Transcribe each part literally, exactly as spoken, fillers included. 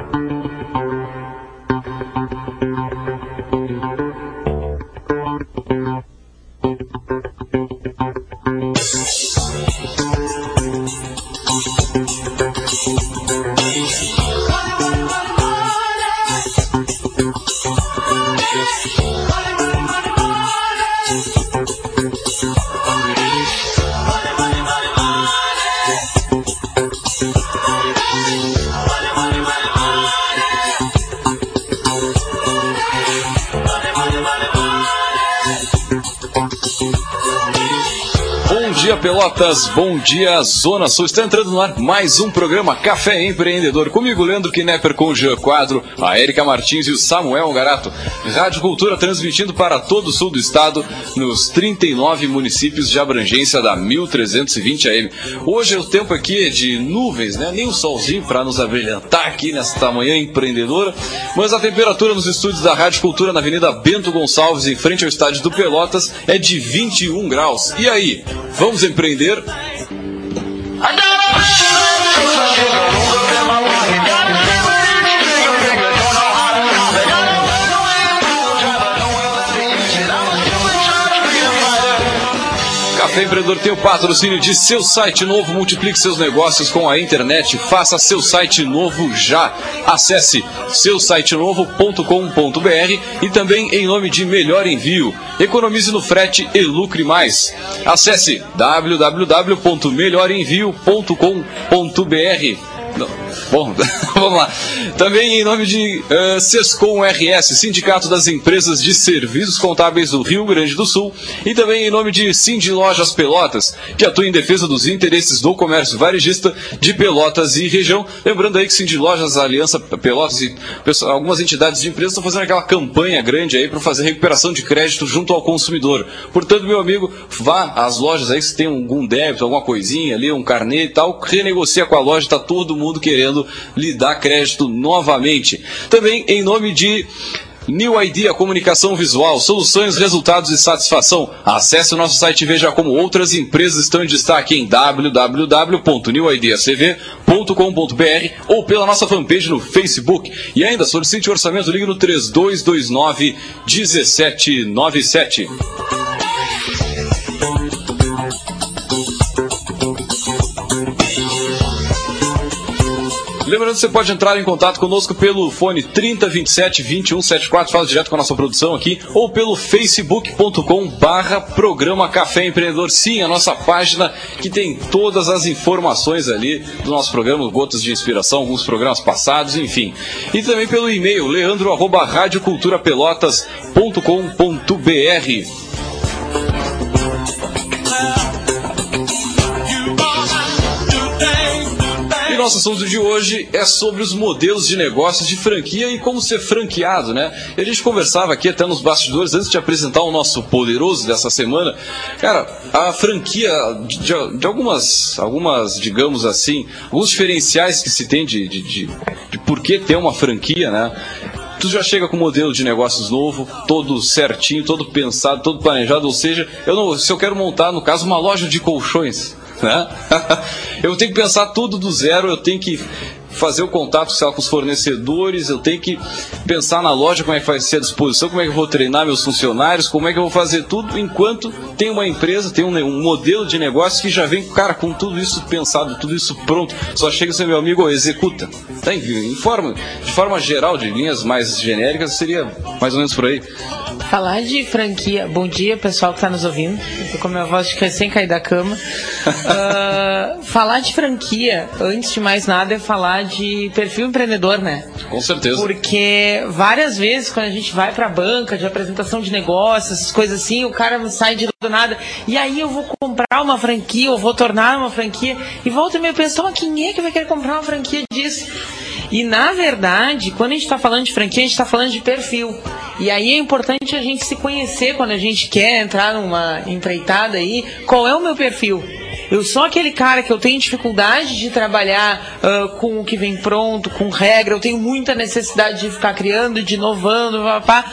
Pelotas, bom dia, Zona Sul. Está entrando no ar mais um programa Café Empreendedor. Comigo, Leandro Knepper, com o Jean Quadro, a Érica Martins e o Samuel Garato. Rádio Cultura transmitindo para todo o sul do estado, nos trinta e nove municípios de abrangência da mil trezentos e vinte A M. Hoje o tempo aqui é de nuvens, né? Nem o solzinho para nos abrilhantar aqui nesta manhã empreendedora. Mas a temperatura nos estúdios da Rádio Cultura, na Avenida Bento Gonçalves, em frente ao estádio do Pelotas, é de vinte e um graus. E aí, vamos empreender? Café Empreendedor tem o patrocínio de Seu Site Novo. Multiplique seus negócios com a internet. Faça seu site novo já. Acesse seu site novo ponto com ponto b r e também em nome de Melhor Envio. Economize no frete e lucre mais. Acesse w w w ponto melhor envio ponto com ponto b r. Não. Bom, vamos lá. Também em nome de uh, Sescom R S, Sindicato das Empresas de Serviços Contábeis do Rio Grande do Sul. E também em nome de Cindy Lojas Pelotas, que atua em defesa dos interesses do comércio varejista de Pelotas e região. Lembrando aí que Cindy Lojas, Aliança Pelotas e algumas entidades de empresas estão fazendo aquela campanha grande aí para fazer recuperação de crédito junto ao consumidor. Portanto, meu amigo, vá às lojas aí, se tem algum débito, alguma coisinha ali, um carnê e tal, renegocia com a loja, está todo mundo querendo lhe dar crédito novamente. Também em nome de New Idea Comunicação Visual, soluções, resultados e satisfação. Acesse o nosso site e veja como outras empresas estão em destaque em w w w ponto new idea c v ponto com ponto b r ou pela nossa fanpage no Facebook. E ainda solicite o orçamento, ligue no três dois dois nove um sete nove sete. Lembrando que você pode entrar em contato conosco pelo fone trinta, vinte e sete, vinte e um, setenta e quatro, fala direto com a nossa produção aqui, ou pelo facebook ponto com barra programa Café Empreendedor. Sim, a nossa página que tem todas as informações ali do nosso programa, gotas de inspiração, alguns programas passados, enfim. E também pelo e-mail leandro arroba radioculturapelotas ponto com ponto b r. E nosso assunto de hoje é sobre os modelos de negócios de franquia e como ser franqueado, né? E a gente conversava aqui até nos bastidores, antes de apresentar o nosso poderoso dessa semana. Cara, a franquia, de, de algumas, algumas, digamos assim, alguns diferenciais que se tem de, de, de, de por que ter uma franquia, né? Tu já chega com um modelo de negócios novo, todo certinho, todo pensado, todo planejado. Ou seja, eu não, se eu quero montar, no caso, uma loja de colchões, né? Eu tenho que pensar tudo do zero, eu tenho que fazer o contato, sei lá, com os fornecedores, eu tenho que pensar na loja, como é que vai ser a disposição, como é que eu vou treinar meus funcionários, como é que eu vou fazer tudo, enquanto tem uma empresa, tem um, um modelo de negócio que já vem, cara, com tudo isso pensado, tudo isso pronto, só chega ser meu amigo, executa. Tá, em, em forma, de forma geral, de linhas mais genéricas, seria mais ou menos por aí. Falar de franquia, bom dia pessoal que está nos ouvindo, eu tô com a minha voz de recém cair da cama. uh, falar de franquia, antes de mais nada, é falar de perfil empreendedor, né? Com certeza. Porque várias vezes, quando a gente vai pra banca de apresentação de negócios, essas coisas assim, o cara sai de do nada, e aí eu vou comprar uma franquia, ou vou tornar uma franquia, e volta e meio pensa, mas quem é que vai querer comprar uma franquia disso? E na verdade, quando a gente está falando de franquia, a gente está falando de perfil. E aí é importante a gente se conhecer quando a gente quer entrar numa empreitada aí. Qual é o meu perfil? Eu sou aquele cara que eu tenho dificuldade de trabalhar uh, com o que vem pronto, com regra. Eu tenho muita necessidade de ficar criando, de inovando, papá.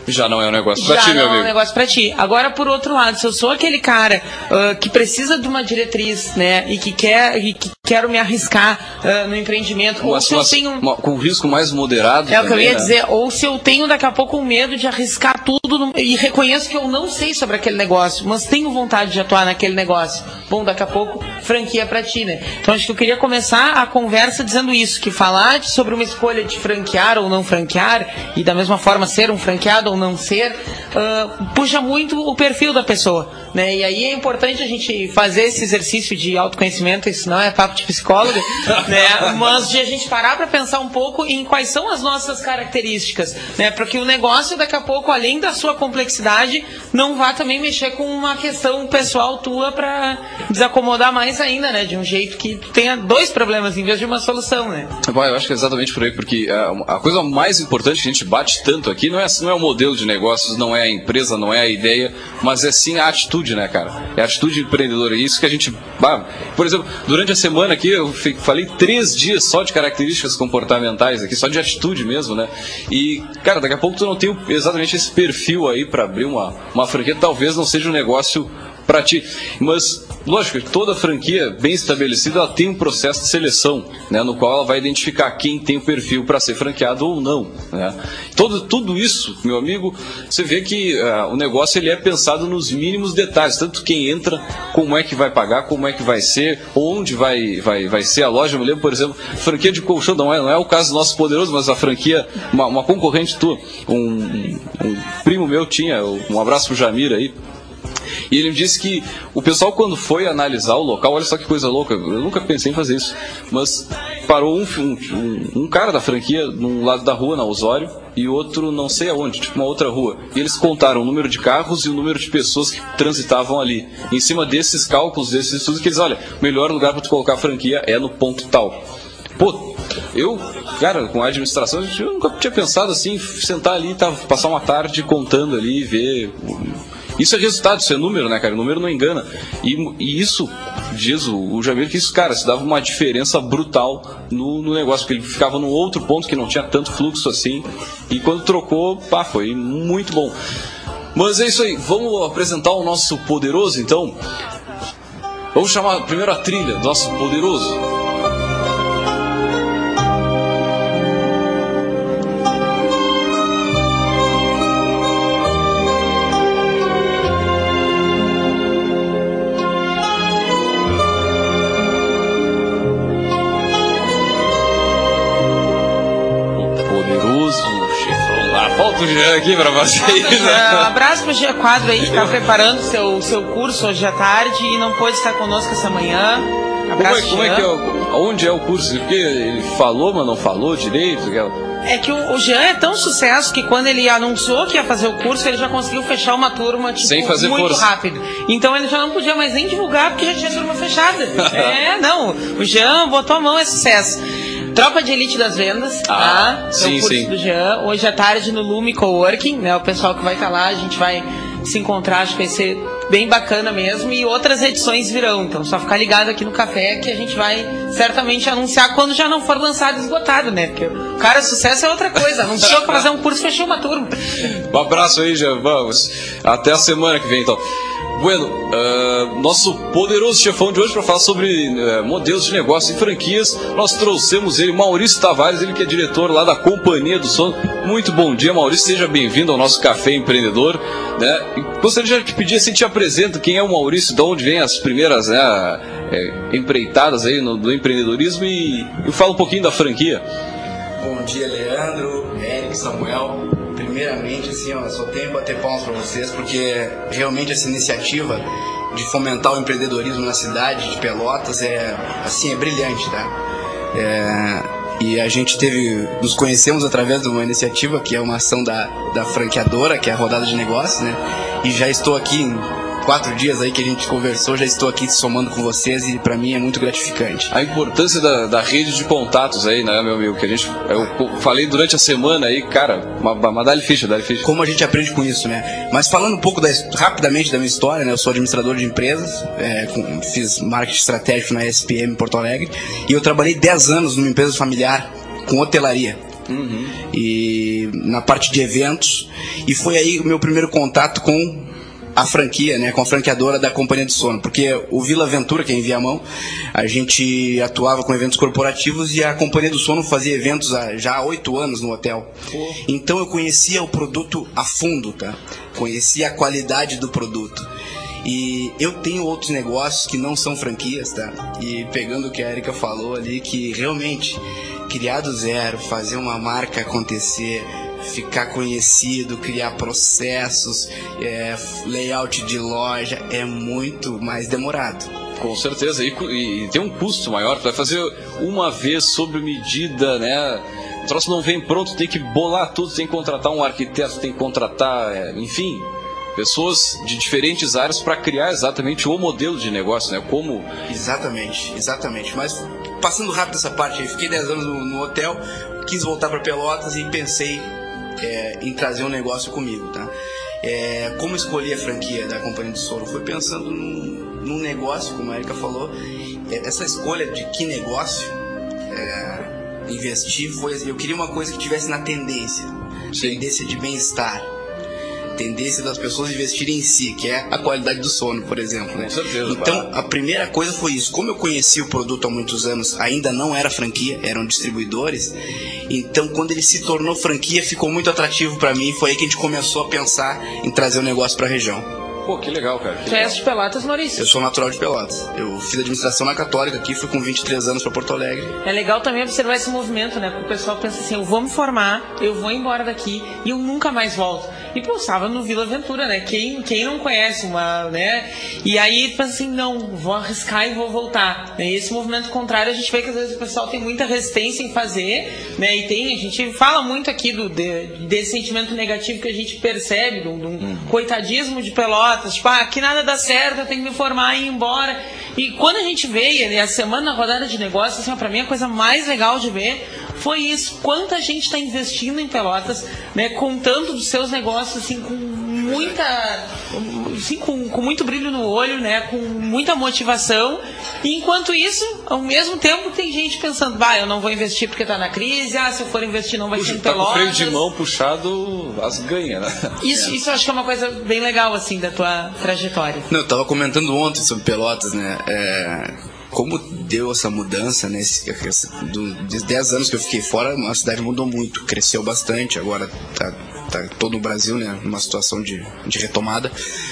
já não é um negócio pra já ti, meu não amigo. é um negócio pra ti. Agora, por outro lado, se eu sou aquele cara uh, que precisa de uma diretriz, né, e que quer, e que quero me arriscar uh, no empreendimento, Uma, ou se uma, eu tenho... uma, com risco mais moderado. É o que eu ia né? dizer, ou se eu tenho daqui a pouco um medo de arriscar tudo no, e reconheço que eu não sei sobre aquele negócio, mas tenho vontade de atuar naquele negócio. Bom, daqui a pouco, franquia pra ti, né? Então acho que eu queria começar a conversa dizendo isso, que falar sobre uma escolha de franquear ou não franquear, e da mesma forma ser um franqueado ou não ser, uh, puxa muito o perfil da pessoa, né? E aí é importante a gente fazer esse exercício de autoconhecimento, isso não é papo de psicólogo, né? Mas de a gente parar para pensar um pouco em quais são as nossas características, né? Para que o negócio daqui a pouco, além da sua complexidade, não vá também mexer com uma questão pessoal tua para desacomodar mais ainda, né? De um jeito que tenha dois problemas em vez de uma solução, né? Bom, eu acho que é exatamente por aí, porque a, a coisa mais importante que a gente bate tanto aqui não é, não é o modelo de negócios, não é a empresa, não é a ideia, mas é sim a atitude, né, cara? É a atitude empreendedora. É isso que a gente... Ah, por exemplo, durante a semana aqui, eu falei três dias só de características comportamentais aqui, só de atitude mesmo, né? E, cara, daqui a pouco tu não tem exatamente esse perfil aí para abrir uma, uma franquia, talvez não seja um negócio para ti, mas lógico que toda franquia bem estabelecida ela tem um processo de seleção, né, no qual ela vai identificar quem tem o perfil para ser franqueado ou não, né? Todo, tudo isso, meu amigo, você vê que uh, o negócio ele é pensado nos mínimos detalhes, tanto quem entra, como é que vai pagar, como é que vai ser, onde vai, vai, vai ser a loja. Eu me lembro, por exemplo, franquia de colchão, não é, não é o caso do nosso poderoso, mas a franquia, uma, uma concorrente tua, um, um, um primo meu tinha, um abraço pro Jamir aí. E ele me disse que o pessoal, quando foi analisar o local, olha só que coisa louca, eu nunca pensei em fazer isso, mas parou um, um, um cara da franquia num lado da rua, na Osório, e outro não sei aonde, tipo uma outra rua. E eles contaram o número de carros e o número de pessoas que transitavam ali. E em cima desses cálculos, desses estudos, que eles, olha, o melhor lugar para tu colocar a franquia é no ponto tal. Pô, eu, cara, com a administração, eu nunca tinha pensado assim, sentar ali, tá, passar uma tarde contando ali e ver... Isso é resultado, isso é número, né, cara? O número não engana. E, e isso, diz o, o Jamir, que isso, cara, se dava uma diferença brutal no, no negócio, porque ele ficava num outro ponto que não tinha tanto fluxo assim. E quando trocou, pá, foi muito bom. Mas é isso aí, vamos apresentar o nosso poderoso, então? Vamos chamar primeiro a trilha do nosso poderoso. Falta o Jean aqui pra vocês. Um abraço pro Jean Quadro aí, que tá preparando seu, seu curso hoje à tarde e não pôde estar conosco essa manhã. Abraço, como é, como é que é? Onde é o curso? Porque ele falou, mas não falou direito? É que o, o Jean é tão sucesso que quando ele anunciou que ia fazer o curso, ele já conseguiu fechar uma turma tipo, sem fazer muito força. rápido. Então ele já não podia mais nem divulgar porque já tinha turma fechada. É, não. O Jean botou a mão, é sucesso. Tropa de Elite das Vendas, ah, tá? Sim, é o curso sim. do Jean. Hoje à tarde no Lume Coworking, né? O pessoal que vai estar lá, a gente vai se encontrar, acho que vai ser bem bacana mesmo. E outras edições virão, então só ficar ligado aqui no café que a gente vai certamente anunciar quando já não for lançado e esgotado, né? Porque o cara, sucesso é outra coisa. Anunciou que fazer um curso, fechou uma turma. Um abraço aí, Jean. Vamos. Até a semana que vem, então. Bueno, uh, nosso poderoso chefão de hoje para falar sobre uh, modelos de negócio e franquias, nós trouxemos ele, Maurício Tavares, ele que é diretor lá da Companhia do Sono. Muito bom dia, Maurício, seja bem-vindo ao nosso Café Empreendedor, né? E gostaria de te pedir assim, te apresenta quem é o Maurício, de onde vem as primeiras, né, é, empreitadas aí no, no empreendedorismo e, e fala um pouquinho da franquia. Bom dia, Leandro, Eric, Samuel. Primeiramente, assim, ó, só tenho que bater palmas para vocês, porque realmente essa iniciativa de fomentar o empreendedorismo na cidade de Pelotas é, assim, é brilhante, tá? É, e a gente teve, nos conhecemos através de uma iniciativa que é uma ação da, da franqueadora, que é a Rodada de Negócios, né? E já estou aqui em quatro dias aí que a gente conversou, já estou aqui somando com vocês e para mim é muito gratificante. A importância da, da rede de contatos aí, né, meu amigo, que a gente, eu falei durante a semana aí, cara, mas dá-lhe ficha, dá-lhe ficha. Como a gente aprende com isso, né? Mas falando um pouco da, rapidamente da minha história, né, eu sou administrador de empresas, é, com, fiz marketing estratégico na S P M em Porto Alegre e eu trabalhei dez anos numa empresa familiar com hotelaria. uhum. e na parte de eventos, e foi aí o meu primeiro contato com a franquia, né, com a franqueadora da Companhia do Sono, porque o Vila Aventura, que é em Viamão, a gente atuava com eventos corporativos e a Companhia do Sono fazia eventos há, já há oito anos no hotel. Oh. Então eu conhecia o produto a fundo, tá? Conhecia a qualidade do produto. E eu tenho outros negócios que não são franquias, tá? E pegando o que a Erika falou ali, que realmente criar do zero, fazer uma marca acontecer, ficar conhecido, criar processos, é, layout de loja, é muito mais demorado. Com certeza, e, e tem um custo maior. Tu vai fazer uma vez sob medida, né? O troço não vem pronto, tem que bolar tudo, tem que contratar um arquiteto, tem que contratar, é, enfim, pessoas de diferentes áreas para criar exatamente o modelo de negócio, né? Como... Exatamente, exatamente. Mas passando rápido essa parte, eu fiquei dez anos no, no hotel, quis voltar para Pelotas e pensei É, em trazer um negócio comigo, tá? É, como escolhi a franquia da Companhia do Sono? Foi pensando num, num negócio, como a Erika falou, é, essa escolha de que negócio é, investir, foi, eu queria uma coisa que tivesse na tendência, Sim. tendência de bem-estar, tendência das pessoas investirem em si, que é a qualidade do sono, por exemplo, né? Com certeza, então, a primeira coisa foi isso. Como eu conheci o produto há muitos anos, ainda não era franquia, eram distribuidores. Então, quando ele se tornou franquia, ficou muito atrativo para mim. Foi aí que a gente começou a pensar em trazer o negócio para a região. Pô, que legal, cara. Tu és de Pelotas, Maurício? Eu sou natural de Pelotas. Eu fiz administração na Católica aqui, fui com vinte e três anos para Porto Alegre. É legal também observar esse movimento, né? Porque o pessoal pensa assim, eu vou me formar, eu vou embora daqui e eu nunca mais volto. E pô, estava no Vila Aventura, né? Quem, quem não conhece uma, né? E aí pensa assim, não, vou arriscar e vou voltar. E esse movimento contrário, a gente vê que às vezes o pessoal tem muita resistência em fazer, né? E tem, a gente fala muito aqui do, de, desse sentimento negativo que a gente percebe, do, do hum. coitadismo de Pelotas, tipo, ah, aqui nada dá certo, eu tenho que me formar e ir embora. E quando a gente veio, né, a semana na rodada de negócios, assim, pra mim a coisa mais legal de ver foi isso, quanta gente está investindo em Pelotas, né, contando dos seus negócios assim, com muita, assim, com, com muito brilho no olho, né, com muita motivação. E enquanto isso, ao mesmo tempo tem gente pensando, bah, eu não vou investir porque está na crise, ah, se eu for investir não vai Puxa, ser em tá Pelotas. Com o freio de mão puxado, as ganha, né? Isso, isso eu acho que é uma coisa bem legal assim da tua trajetória. Não, eu tava comentando ontem sobre Pelotas, né? É... Como deu essa mudança, né? Esse, esse, do, dos dez anos que eu fiquei fora, a cidade mudou muito, cresceu bastante, agora tá, tá todo o Brasil, né, numa situação de, de retomada.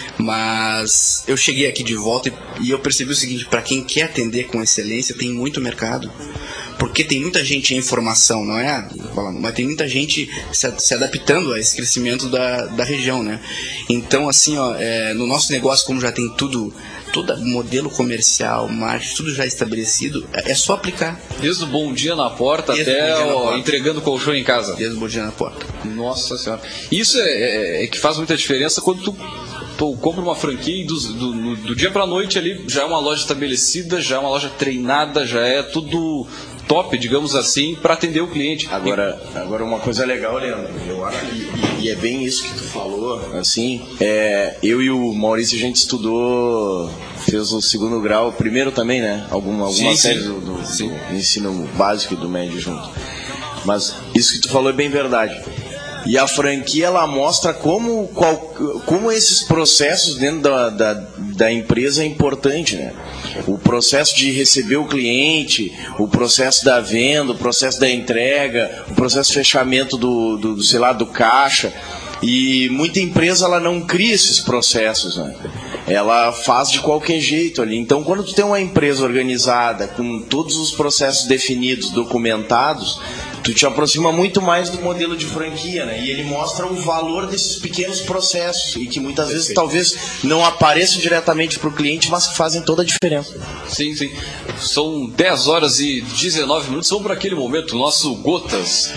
Mas eu cheguei aqui de volta e, e eu percebi o seguinte, para quem quer atender com excelência, tem muito mercado. Porque tem muita gente em formação, não é? Mas tem muita gente se, se adaptando a esse crescimento da, da região, né? Então, assim, ó, é, no nosso negócio, como já tem tudo, todo modelo comercial, marketing, tudo já estabelecido, é só aplicar. Desde o bom dia na porta Desde até ó, na porta. Entregando colchão em casa. Desde o bom dia na porta. Nossa Senhora. Isso é, é, é que faz muita diferença quando tu... tu compra uma franquia e do, do, do dia pra noite ali já é uma loja estabelecida, já é uma loja treinada, já é tudo top, digamos assim, para atender o cliente. Agora, agora uma coisa legal, Leandro, eu acho, e, e é bem isso que tu falou, assim, é, eu e o Maurício, a gente estudou, fez o segundo grau, primeiro também, né, alguma, alguma sim, série sim. Do, do, do ensino básico e do médio junto. Mas isso que tu falou é bem verdade. E a franquia, ela mostra como, qual, como esses processos dentro da, da, da empresa é importante, né? O processo de receber o cliente, o processo da venda, o processo da entrega, o processo de fechamento do, do, do sei lá, do caixa. E muita empresa, ela não cria esses processos, né? Ela faz de qualquer jeito ali. Então, quando tu tem uma empresa organizada, com todos os processos definidos, documentados, tu te aproxima muito mais do modelo de franquia, né? E ele mostra o valor desses pequenos processos e que muitas vezes talvez não apareçam diretamente para o cliente, mas que fazem toda a diferença. Sim, sim. São dez horas e dezenove minutos. Vamos para aquele momento, nosso Gotas.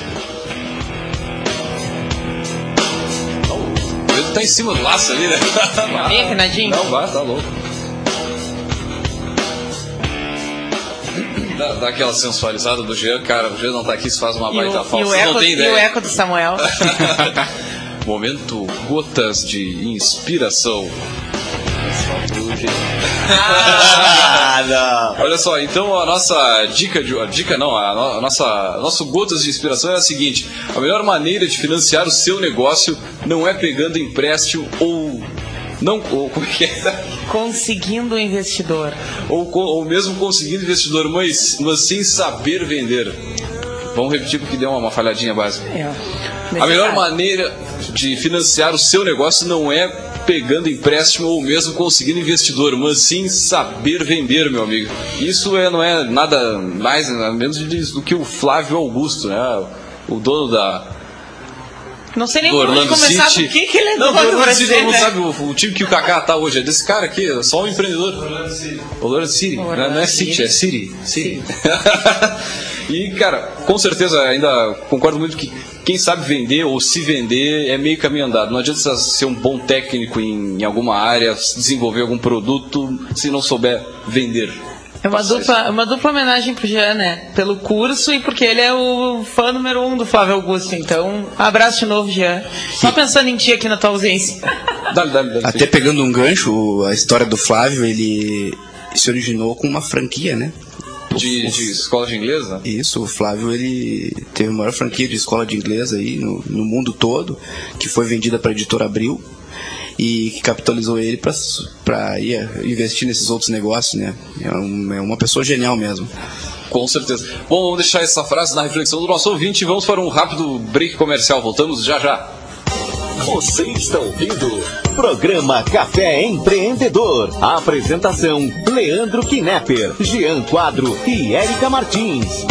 O Pedro tá em cima do laço ali, né? Bem afinadinho. Não, vai, tá louco. Dá, dá aquela sensualizada do Jean, cara, o Jean não tá aqui, se faz uma baita o, falsa, e o eco, não tem ideia. E o eco do Samuel. Momento Gotas de Inspiração. enfim. Ah, não. Olha só, então a nossa dica, de, a dica não, a, no, a nossa nosso gotas de inspiração é a seguinte: a melhor maneira de financiar o seu negócio não é pegando empréstimo ou não, ou como é que é? Conseguindo um investidor. Ou, ou mesmo conseguindo investidor, mas, mas sem saber vender. Vamos repetir porque deu uma, uma falhadinha básica. É, a melhor maneira de financiar o seu negócio não é pegando empréstimo ou mesmo conseguindo investidor, mas sim saber vender, meu amigo. Isso é, não é nada mais nada menos do que o Flávio Augusto, né? O dono da... Não sei nem por onde começar, por que que ele é dono do Orlando City, todo mundo né? sabe o, o time que o Kaká tá hoje. É desse cara aqui, é só um empreendedor. Orlando City. Orlando City. Não, não é City, é City. City. E, cara, com certeza ainda concordo muito que quem sabe vender ou se vender é meio caminho andado. Não adianta ser um bom técnico em, em alguma área, desenvolver algum produto, se não souber vender. É uma dupla, uma dupla homenagem pro Jean, né? Pelo curso e porque ele é o fã número um do Flávio Augusto. Então, abraço de novo, Jean. Só pensando em ti aqui na tua ausência. Dá, dá, dá, Até pegando um gancho, a história do Flávio, ele se originou com uma franquia, né? De, de escola de inglês, né? Isso, o Flávio, ele teve a maior franquia de escola de inglês aí no, no mundo todo, que foi vendida para a editora Abril e que capitalizou ele para ir investir nesses outros negócios, né? É, um, é uma pessoa genial mesmo. Com certeza. Bom, vamos deixar essa frase na reflexão do nosso ouvinte e vamos para um rápido break comercial. Voltamos já já. Você está ouvindo Programa Café Empreendedor. A apresentação: Leandro Knepper, Jean Quadro e Érica Martins.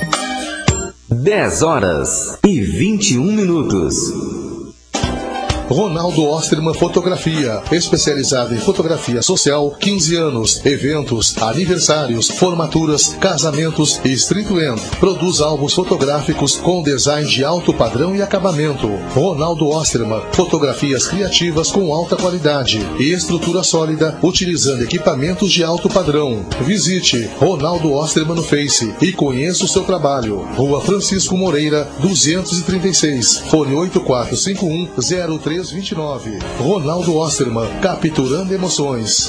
dez horas e vinte e um minutos. Ronaldo Osterman Fotografia, especializada em fotografia social, quinze anos, eventos, aniversários, formaturas, casamentos e streetwear. Produz álbuns fotográficos com design de alto padrão e acabamento. Ronaldo Osterman, fotografias criativas com alta qualidade e estrutura sólida, utilizando equipamentos de alto padrão. Visite Ronaldo Osterman no Face e conheça o seu trabalho. Rua Francisco Moreira, duzentos e trinta e seis, fone oito quatro cinco um zero três vinte e nove. Ronaldo Osterman, capturando emoções.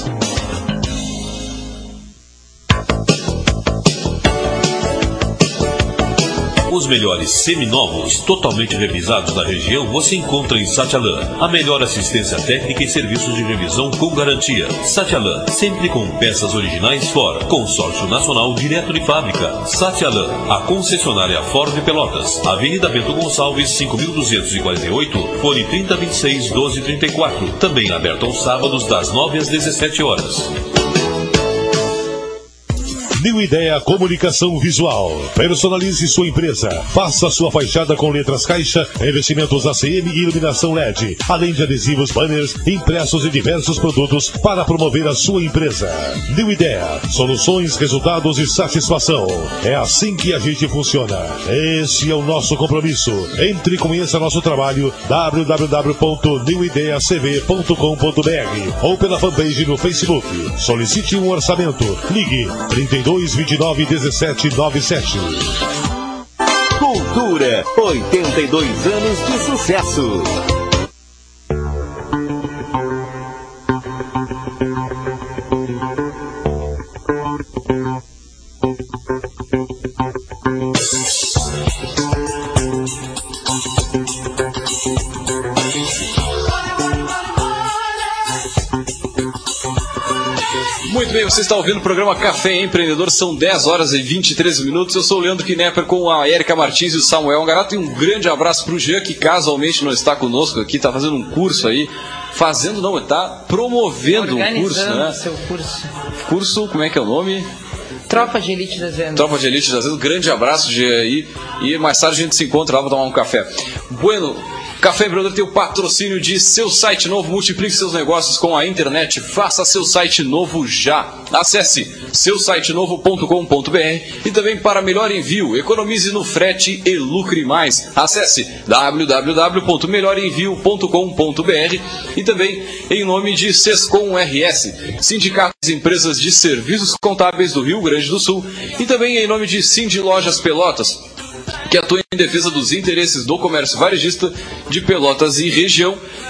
Os melhores seminovos, totalmente revisados da região, você encontra em Satialan. A melhor assistência técnica e serviços de revisão com garantia. Satialan, sempre com peças originais Ford. Consórcio Nacional direto de fábrica. Satialan, a concessionária Ford Pelotas. Avenida Bento Gonçalves, cinco mil duzentos e quarenta e oito, fone trinta, vinte e seis, doze, trinta e quatro. Também aberto aos sábados, das nove às dezessete horas. New Idea Comunicação Visual. Personalize sua empresa. Faça sua fachada com letras caixa, revestimentos A C M e iluminação L E D, além de adesivos, banners, impressos e diversos produtos para promover a sua empresa. New Idea. Soluções, resultados e satisfação. É assim que a gente funciona. Esse é o nosso compromisso. Entre e conheça nosso trabalho w w w ponto new idea c v ponto com ponto b r ou pela fanpage no Facebook. Solicite um orçamento. Ligue trinta e dois, vinte e nove, dezessete, noventa e sete. Cultura, oitenta e dois anos de sucesso. Muito bem, você está ouvindo o programa Café Empreendedor, são dez horas e vinte e três minutos. Eu sou o Leandro Knepper com a Érica Martins e o Samuel Angarato, e um grande abraço para o Jean, que casualmente não está conosco aqui, está fazendo um curso aí, fazendo não, está promovendo um curso, né? seu curso. Curso, como é que é o nome? Tropa de Elite das Vendas. Tropa de Elite das Vendas, grande abraço, Jean, aí, e mais tarde a gente se encontra lá para tomar um café. Bueno, Café Empreendedor tem o patrocínio de seu site novo. Multiplique seus negócios com a internet. Faça seu site novo já. Acesse seu site novo ponto com ponto b r e também para melhor envio, economize no frete e lucre mais. Acesse w w w ponto melhor envio ponto com ponto b r e também em nome de Sescom R S, Sindicato das Empresas de Serviços Contábeis do Rio Grande do Sul, e também em nome de Cindy Lojas Pelotas, que atua em defesa dos interesses do comércio varejista de Pelotas e região,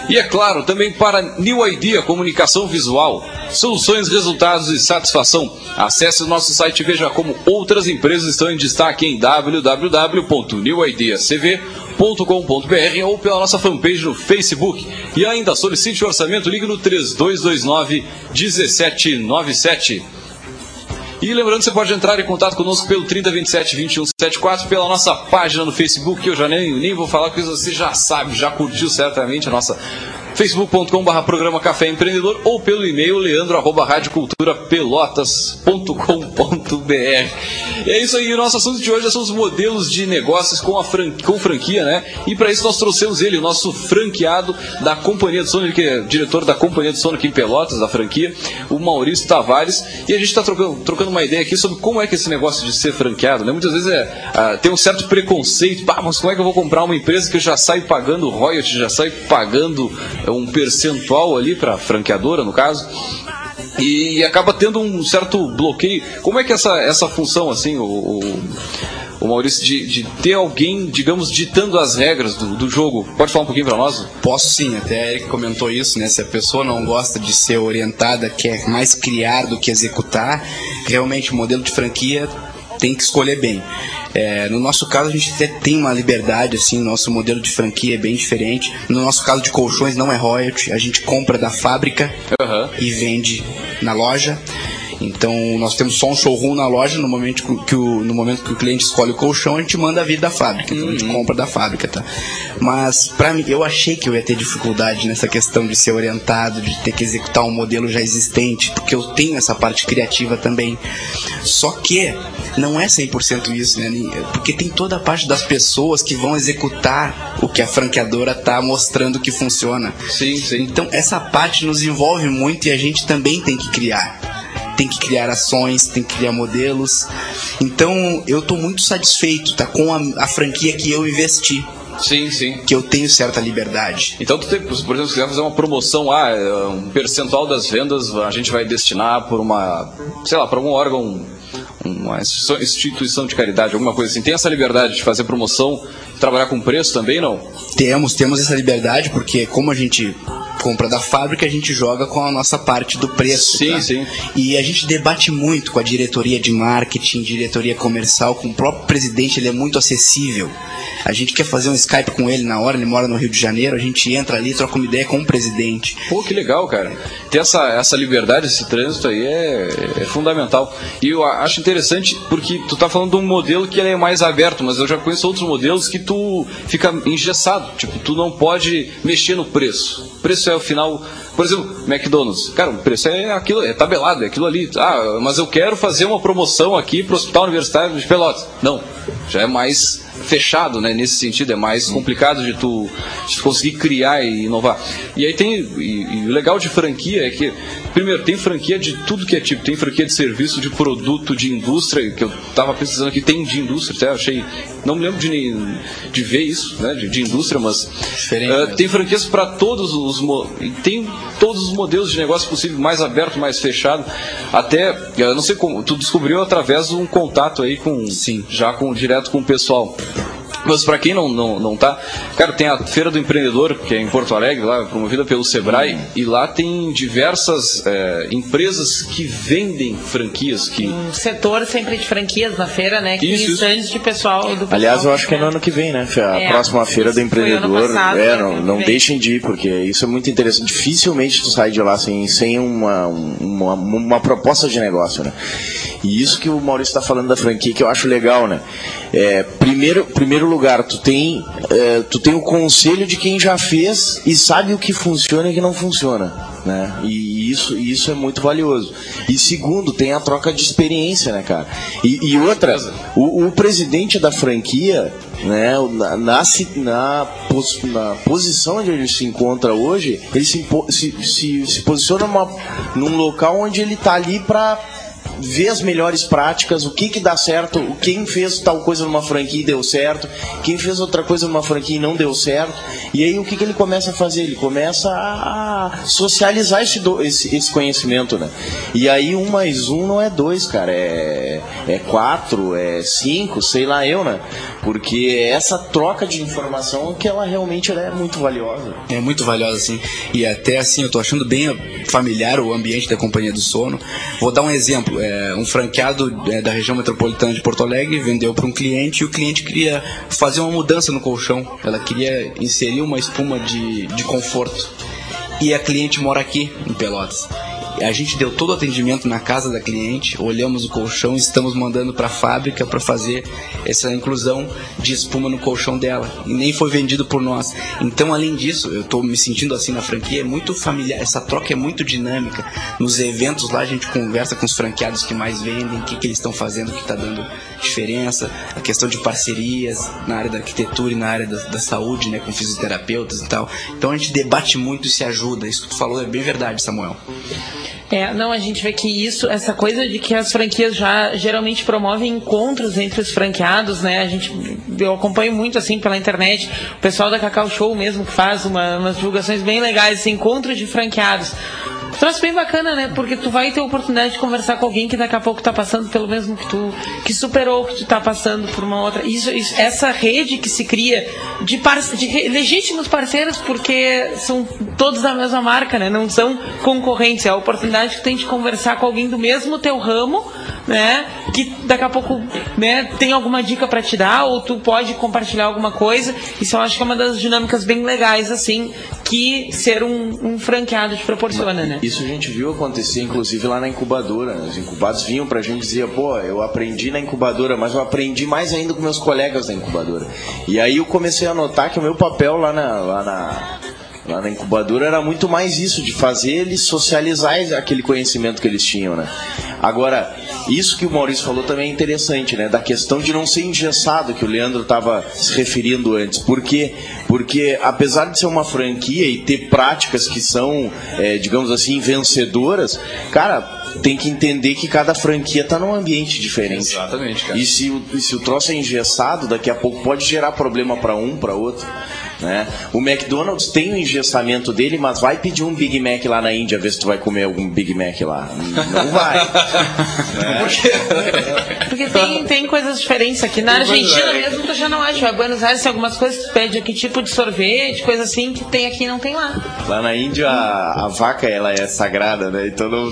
E é claro, também para New Idea Comunicação Visual. Soluções, resultados e satisfação. Acesse o nosso site e veja como outras empresas estão em destaque em w w w ponto new idea c v ponto com ponto b r ou pela nossa fanpage no Facebook. E ainda solicite o orçamento, ligue no três dois dois nove, um sete nove sete. E lembrando, você pode entrar em contato conosco pelo trinta, vinte e sete, vinte e um, setenta e quatro, pela nossa página no Facebook, que eu já nem, nem vou falar, porque você já sabe, já curtiu certamente a nossa facebook ponto com barra programa Café Empreendedor, ou pelo e-mail leandro arroba radioculturapelotas ponto com ponto b r. E é isso aí, o nosso assunto de hoje são os modelos de negócios com, a fran... com franquia, né? E para isso nós trouxemos ele, o nosso franqueado da Companhia de Sono, que é diretor da Companhia de Sono aqui em Pelotas, da franquia, o Maurício Tavares, e a gente está trocando, trocando uma ideia aqui sobre como é que esse negócio de ser franqueado, né? Muitas vezes é, ah, tem um certo preconceito, ah, mas como é que eu vou comprar uma empresa que eu já saio pagando royalties, já saio pagando um percentual ali para a franqueadora, no caso, e acaba tendo um certo bloqueio. Como é que essa, essa função, assim, o, o, o Maurício, de, de ter alguém, digamos, ditando as regras do, do jogo, pode falar um pouquinho para nós? Posso sim, até a Eric comentou isso, né? Se a pessoa não gosta de ser orientada, quer mais criar do que executar, realmente o modelo de franquia tem que escolher bem. É, no nosso caso a gente até tem uma liberdade, assim, o nosso modelo de franquia é bem diferente. No nosso caso de colchões não é royalty, a gente compra da fábrica uhum. e vende na loja. Então nós temos só um showroom na loja. No momento que o, no momento que o cliente escolhe o colchão, a gente manda vir da fábrica, então uhum. a gente compra da fábrica, tá? Mas pra mim, eu achei que eu ia ter dificuldade nessa questão de ser orientado, de ter que executar um modelo já existente, porque eu tenho essa parte criativa também. Só que não é cem por cento isso, né? Porque tem toda a parte das pessoas que vão executar o que a franqueadora tá mostrando que funciona. Sim, sim. Então essa parte nos envolve muito e a gente também tem que criar. Tem que criar ações, tem que criar modelos. Então eu estou muito satisfeito, tá, com a, a franquia que eu investi. Sim, sim. Que eu tenho certa liberdade. Então, tu tem, por exemplo, se quiser fazer uma promoção, ah, um percentual das vendas a gente vai destinar por uma, sei lá, para algum órgão, uma instituição de caridade, alguma coisa assim. Tem essa liberdade de fazer promoção, trabalhar com preço também, não? Temos, temos essa liberdade, porque como a gente compra da fábrica, a gente joga com a nossa parte do preço. Sim, tá? sim. E a gente debate muito com a diretoria de marketing, diretoria comercial, com o próprio presidente, ele é muito acessível. A gente quer fazer um Skype com ele na hora, ele mora no Rio de Janeiro, a gente entra ali, troca uma ideia com o presidente. Pô, que legal, cara. Ter essa, essa liberdade, esse trânsito aí é, é fundamental. E eu acho interessante porque tu tá falando de um modelo que ele é mais aberto, mas eu já conheço outros modelos que tu fica engessado. Tipo, tu não pode mexer no preço. O preço é o final. Por exemplo, McDonald's. Cara, o preço é aquilo, é tabelado, é aquilo ali. Ah, mas eu quero fazer uma promoção aqui pro Hospital Universitário de Pelotas. Não, já é mais fechado, né? Nesse sentido, é mais complicado de tu, de tu conseguir criar e inovar. E aí tem, e, e o legal de franquia é que, primeiro, tem franquia de tudo que é tipo, tem franquia de serviço, de produto, de indústria, que eu tava pesquisando aqui, tem de indústria, até achei, não me lembro de, de ver isso, né? De, de indústria, mas uh, tem franquias para todos os, tem todos os modelos de negócio possível, mais aberto, mais fechado, até, eu não sei como, tu descobriu através de um contato aí com, sim, já com, direto com o pessoal. Mas para quem não, não, não tá, cara, tem a Feira do Empreendedor, que é em Porto Alegre, lá, promovida pelo Sebrae, e lá tem diversas é, empresas que vendem franquias. Que... Um setor sempre de franquias na feira, né? Que isso, tem stands de pessoal do pessoal. Aliás, eu acho que é no ano que vem, né? A é, próxima Feira do Empreendedor. Passado, é, não, não deixem de ir, porque isso é muito interessante. Dificilmente tu sai de lá sem, sem uma, uma, uma proposta de negócio, né? E isso que o Maurício está falando da franquia, que eu acho legal, né? É, primeiro, primeiro lugar, tu tem, é, tu tem o conselho de quem já fez e sabe o que funciona e o que não funciona, né? E isso, isso é muito valioso. E segundo, tem a troca de experiência, né, cara? E, e outra, o, o presidente da franquia, né, na, na, na, pos, na posição onde ele se encontra hoje, ele se, se, se, se posiciona numa, num local onde ele está ali para ver as melhores práticas, o que que dá certo, quem fez tal coisa numa franquia e deu certo, quem fez outra coisa numa franquia e não deu certo, e aí o que que ele começa a fazer? Ele começa a socializar esse, do, esse, esse conhecimento, né? E aí um mais um não é dois, cara, é, é quatro, é cinco, sei lá eu, né? Porque essa troca de informação que ela realmente ela é muito valiosa. É muito valiosa, sim. E até assim, eu tô achando bem familiar o ambiente da Companhia do Sono. Vou dar um exemplo. É, um franqueado é, da região metropolitana de Porto Alegre vendeu para um cliente e o cliente queria fazer uma mudança no colchão. Ela queria inserir uma espuma de, de conforto. E a cliente mora aqui, em Pelotas. A gente deu todo o atendimento na casa da cliente, olhamos o colchão e estamos mandando para a fábrica para fazer essa inclusão de espuma no colchão dela. E nem foi vendido por nós. Então, além disso, eu estou me sentindo assim na franquia, é muito familiar, essa troca é muito dinâmica. Nos eventos lá a gente conversa com os franqueados que mais vendem, o que, que eles estão fazendo, o que está dando diferença, a questão de parcerias na área da arquitetura e na área da, da saúde, né, com fisioterapeutas e tal. Então a gente debate muito e se ajuda. Isso que tu falou é bem verdade, Samuel. É, não, a gente vê que isso, essa coisa de que as franquias já geralmente promovem encontros entre os franqueados, né? A gente, eu acompanho muito assim pela internet, o pessoal da Cacau Show mesmo que faz uma, umas divulgações bem legais, esse encontro de franqueados. Um troço bem bacana, né? Porque tu vai ter a oportunidade de conversar com alguém que daqui a pouco tá passando pelo mesmo que tu, que superou o que tu tá passando por uma outra. Isso, isso, essa rede que se cria de, par, de legítimos parceiros, porque são todos da mesma marca, né? Não são concorrentes. É a oportunidade que tu tem de conversar com alguém do mesmo teu ramo, né? Que daqui a pouco, né, tem alguma dica para te dar, ou tu pode compartilhar alguma coisa. Isso eu acho que é uma das dinâmicas bem legais, assim, que ser um, um franqueado te proporciona, né? Isso a gente viu acontecer, inclusive, lá na incubadora. Os incubados vinham pra gente e diziam, pô, eu aprendi na incubadora, mas eu aprendi mais ainda com meus colegas da incubadora. E aí eu comecei a notar que o meu papel lá na... Lá na... Lá na incubadora era muito mais isso, de fazer eles socializar aquele conhecimento que eles tinham, né? Agora, isso que o Maurício falou também é interessante, né? Da questão de não ser engessado, que o Leandro estava se referindo antes. Por quê? Porque, apesar de ser uma franquia e ter práticas que são, é, digamos assim, vencedoras, cara, tem que entender que cada franquia está num ambiente diferente. Exatamente, cara. E se o, e se o troço é engessado, daqui a pouco pode gerar problema para um, para outro. Né? O McDonald's tem o engessamento dele, mas vai pedir um Big Mac lá na Índia, ver se tu vai comer algum Big Mac lá. Não vai. Né? Porque, porque tem, tem coisas diferentes aqui. Na Argentina mesmo tu já não acha. Em Buenos Aires tem algumas coisas que tu pede aqui, tipo de sorvete, coisa assim, que tem aqui e não tem lá. Lá na Índia a, a vaca ela é sagrada, né? Então não,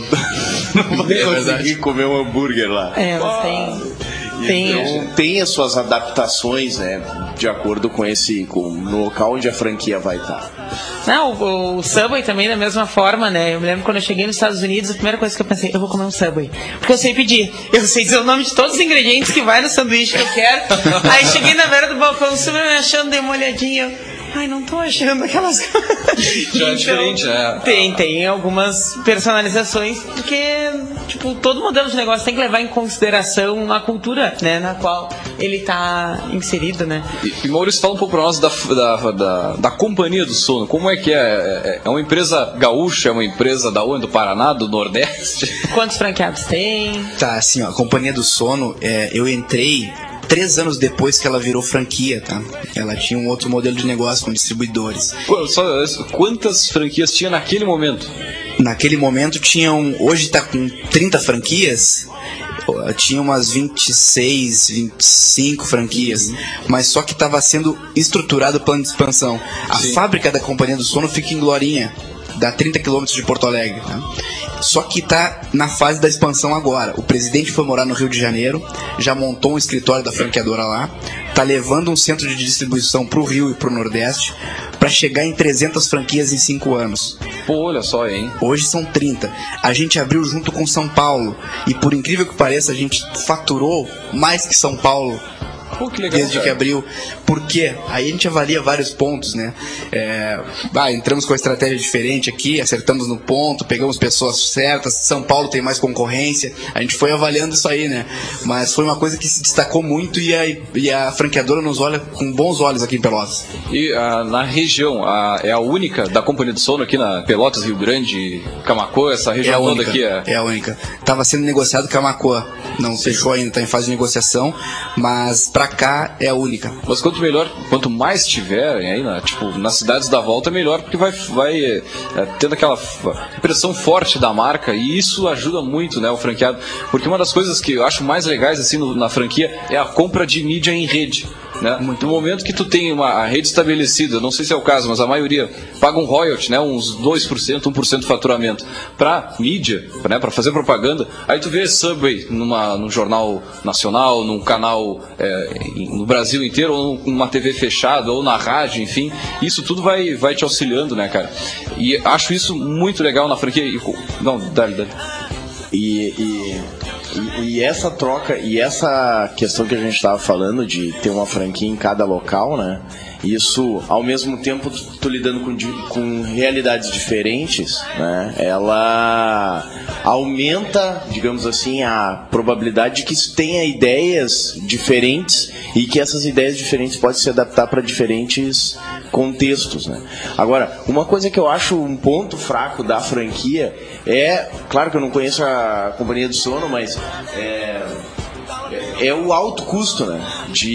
não vai conseguir comer um hambúrguer lá. É, mas tem... Tem, então, tem as suas adaptações, né, de acordo com esse, com, no local onde a franquia vai estar. Não, o, o Subway também da mesma forma, né? Eu me lembro quando eu cheguei nos Estados Unidos, a primeira coisa que eu pensei, eu vou comer um Subway. Porque eu sei pedir, eu sei dizer o nome de todos os ingredientes que vai no sanduíche que eu quero. Aí cheguei na beira do balcão, super me achando, dei uma olhadinha. Ai, não tô achando aquelas coisas. Já é diferente, né? Tem, tem algumas personalizações, porque, tipo, todo modelo de negócio tem que levar em consideração a cultura, né, na qual ele tá inserido, né? E, e Maurício, fala um pouco pra nós da, da, da, da Companhia do Sono. Como é que é? É, é uma empresa gaúcha? É uma empresa da onde? Do Paraná? Do Nordeste? Quantos franqueados tem? Tá, assim, ó, a Companhia do Sono, é, eu entrei três anos depois que ela virou franquia, tá? Ela tinha um outro modelo de negócio com distribuidores. Pô, só, quantas franquias tinha naquele momento? Naquele momento tinham, hoje tá com trinta franquias, tinha umas vinte e seis, vinte e cinco franquias, uhum. Mas só que estava sendo estruturado o plano de expansão. A Sim. fábrica da Companhia do Sono fica em Glorinha, dá trinta quilômetros de Porto Alegre, tá? Só que está na fase da expansão agora. O presidente foi morar no Rio de Janeiro, já montou um escritório da franqueadora lá, está levando um centro de distribuição para o Rio e para o Nordeste, para chegar em trezentas franquias em cinco anos. Pô, olha só, hein? Hoje são trinta. A gente abriu junto com São Paulo, e por incrível que pareça, a gente faturou mais que São Paulo Pô, que legal, desde cara. que abriu. Por quê? Aí a gente avalia vários pontos, né? É, ah, entramos com uma estratégia diferente aqui, acertamos no ponto, pegamos pessoas certas, São Paulo tem mais concorrência, a gente foi avaliando isso aí, né? Mas foi uma coisa que se destacou muito e a, e a franqueadora nos olha com bons olhos aqui em Pelotas. E a, na região, a, é a única da Companhia do Sono aqui na Pelotas, Rio Grande, Camacoa, essa região é toda única, aqui é... é a única. Estava sendo negociado com a Camacoa, não Sim. fechou ainda, está em fase de negociação, mas pra cá é a única. Mas quanto melhor, quanto mais tiverem aí, na, tipo, nas cidades da volta, é melhor, porque vai, vai é, tendo aquela impressão forte da marca, e isso ajuda muito, né, o franqueado, porque uma das coisas que eu acho mais legais assim no, na franquia é a compra de mídia em rede. Né? No momento que tu tem uma a rede estabelecida, não sei se é o caso, mas a maioria paga um royalty, né? Uns dois por cento, um por cento do faturamento para mídia, né? Para fazer propaganda. Aí tu vê Subway numa, num jornal nacional, num canal é, no Brasil inteiro, ou numa T V fechada, ou na rádio, enfim. Isso tudo vai, vai te auxiliando, né, cara? E acho isso muito legal na franquia. Não, dá-lhe, dá-lhe. E, e, e, e essa troca, e essa questão que a gente estava falando de ter uma franquia em cada local, né? Isso, ao mesmo tempo, tô lidando com, com realidades diferentes, né? Ela aumenta, digamos assim, a probabilidade de que isso tenha ideias diferentes e que essas ideias diferentes podem se adaptar para diferentes contextos, né? Agora, uma coisa que eu acho um ponto fraco da franquia é, claro que eu não conheço a Companhia do Sono, mas é, é o alto custo, né?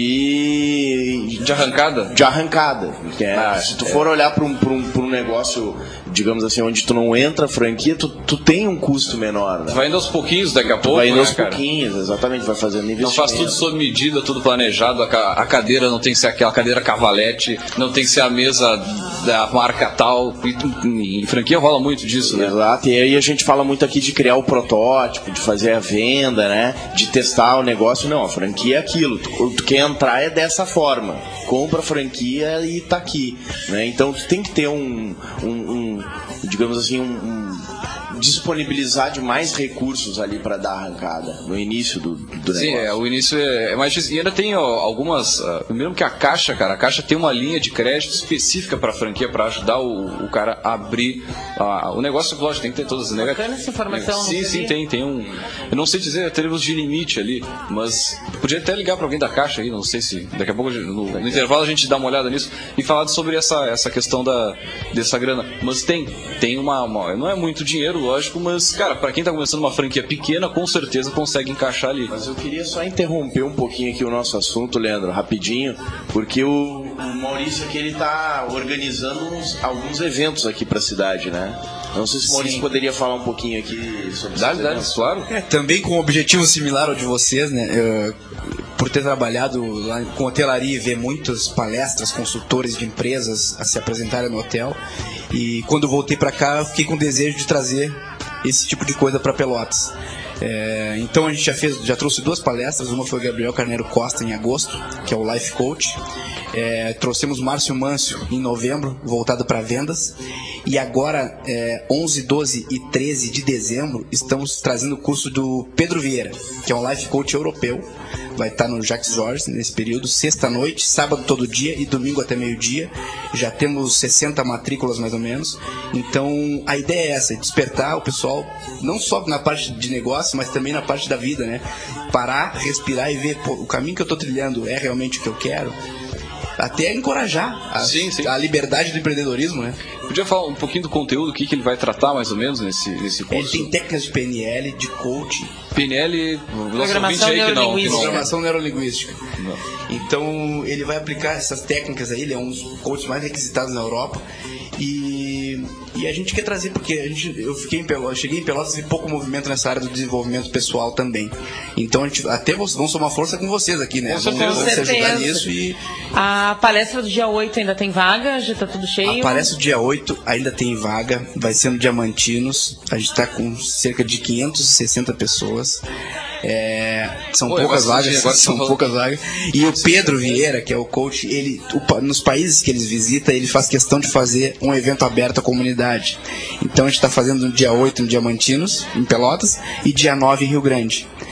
De, de arrancada? De arrancada. É, ah, se tu é. for olhar para um, um, um negócio, digamos assim, onde tu não entra franquia, tu, tu tem um custo menor, né? Vai indo aos pouquinhos daqui a pouco, vai indo né, aos cara? pouquinhos, exatamente, vai fazendo investimento. Não faz tudo sob medida, tudo planejado, a, a cadeira não tem que ser aquela cadeira cavalete, não tem que ser a mesa da marca tal, em franquia rola muito disso, né? Exato, e aí a gente fala muito aqui de criar o protótipo, de fazer a venda, né? De testar o negócio. Não, a franquia é aquilo, tu, tu quer entrar é dessa forma, compra a franquia e tá aqui, né? Então tu tem que ter um, um, um digamos assim, um, um disponibilizar de mais recursos ali para dar arrancada no início do, do negócio. Sim, é, o início é, é mais difícil. E ainda tem ó, algumas, uh, mesmo que a Caixa, cara, a Caixa tem uma linha de crédito específica para a franquia para ajudar o, o cara a abrir uh, o negócio. Lógico, tem que ter todas as negativas. Essa informação. Sim, sim, tem, tem um. Eu não sei dizer termos de limite ali, mas podia até ligar para alguém da Caixa aí, não sei se daqui a pouco no, no intervalo a gente dá uma olhada nisso e falar sobre essa, essa questão da, dessa grana. Mas tem, tem uma, uma, não é muito dinheiro, lógico, mas, cara, pra quem tá começando uma franquia pequena, com certeza consegue encaixar ali. Mas eu queria só interromper um pouquinho aqui o nosso assunto, Leandro, rapidinho, porque o, o Maurício aqui, ele tá organizando uns, alguns eventos aqui pra cidade, né? Não sei se o Maurício Sim. poderia falar um pouquinho aqui sobre dá, dá, claro. É, também com um objetivo similar ao de vocês, né? Eu, por ter trabalhado lá com hotelaria e ver muitas palestras, consultores de empresas a se apresentarem no hotel, e quando eu voltei pra cá, eu fiquei com o desejo de trazer esse tipo de coisa para Pelotas. É, então a gente já fez, já trouxe duas palestras. Uma foi o Gabriel Carneiro Costa em agosto, que é o Life Coach. É, trouxemos Márcio Mâncio em novembro, voltado para vendas. E agora, é, onze, doze e treze de dezembro, estamos trazendo o curso do Pedro Vieira, que é um Life Coach europeu. Vai estar no Jacques Georges nesse período, sexta-noite, sábado todo dia e domingo até meio-dia. Já temos sessenta matrículas mais ou menos. Então a ideia é essa, despertar o pessoal, não só na parte de negócio, mas também na parte da vida, né? Parar, respirar e ver, pô, o caminho que eu estou trilhando é realmente o que eu quero. Até encorajar a, sim, sim. a liberdade do empreendedorismo, né? Podia falar um pouquinho do conteúdo, o que, que ele vai tratar mais ou menos nesse, nesse curso? Ele tem técnicas de P N L, de coaching. P N L, programação neurolinguística. Programação neurolinguística. Não. Então, ele vai aplicar essas técnicas aí, ele é um dos coaches mais requisitados na Europa. E, e a gente quer trazer, porque a gente, eu fiquei em Pelotas, cheguei em Pelotas e vi pouco movimento nessa área do desenvolvimento pessoal também. Então, a gente, até vamos somar força com vocês aqui, né? Com vamos certeza. se ajudar nisso. E... A palestra do dia oito ainda tem vaga? Já está tudo cheio? A palestra do dia oito ainda tem vaga, vai ser no Diamantinos. A gente está com cerca de quinhentas e sessenta pessoas. É, são Pô, poucas vagas, são poucas vagas. E o Pedro Vieira, que é o coach, ele, o, nos países que ele visita, ele faz questão de fazer um evento aberto à comunidade. Então a gente está fazendo no dia oito no Diamantinos, em Pelotas, e dia nove em Rio Grande.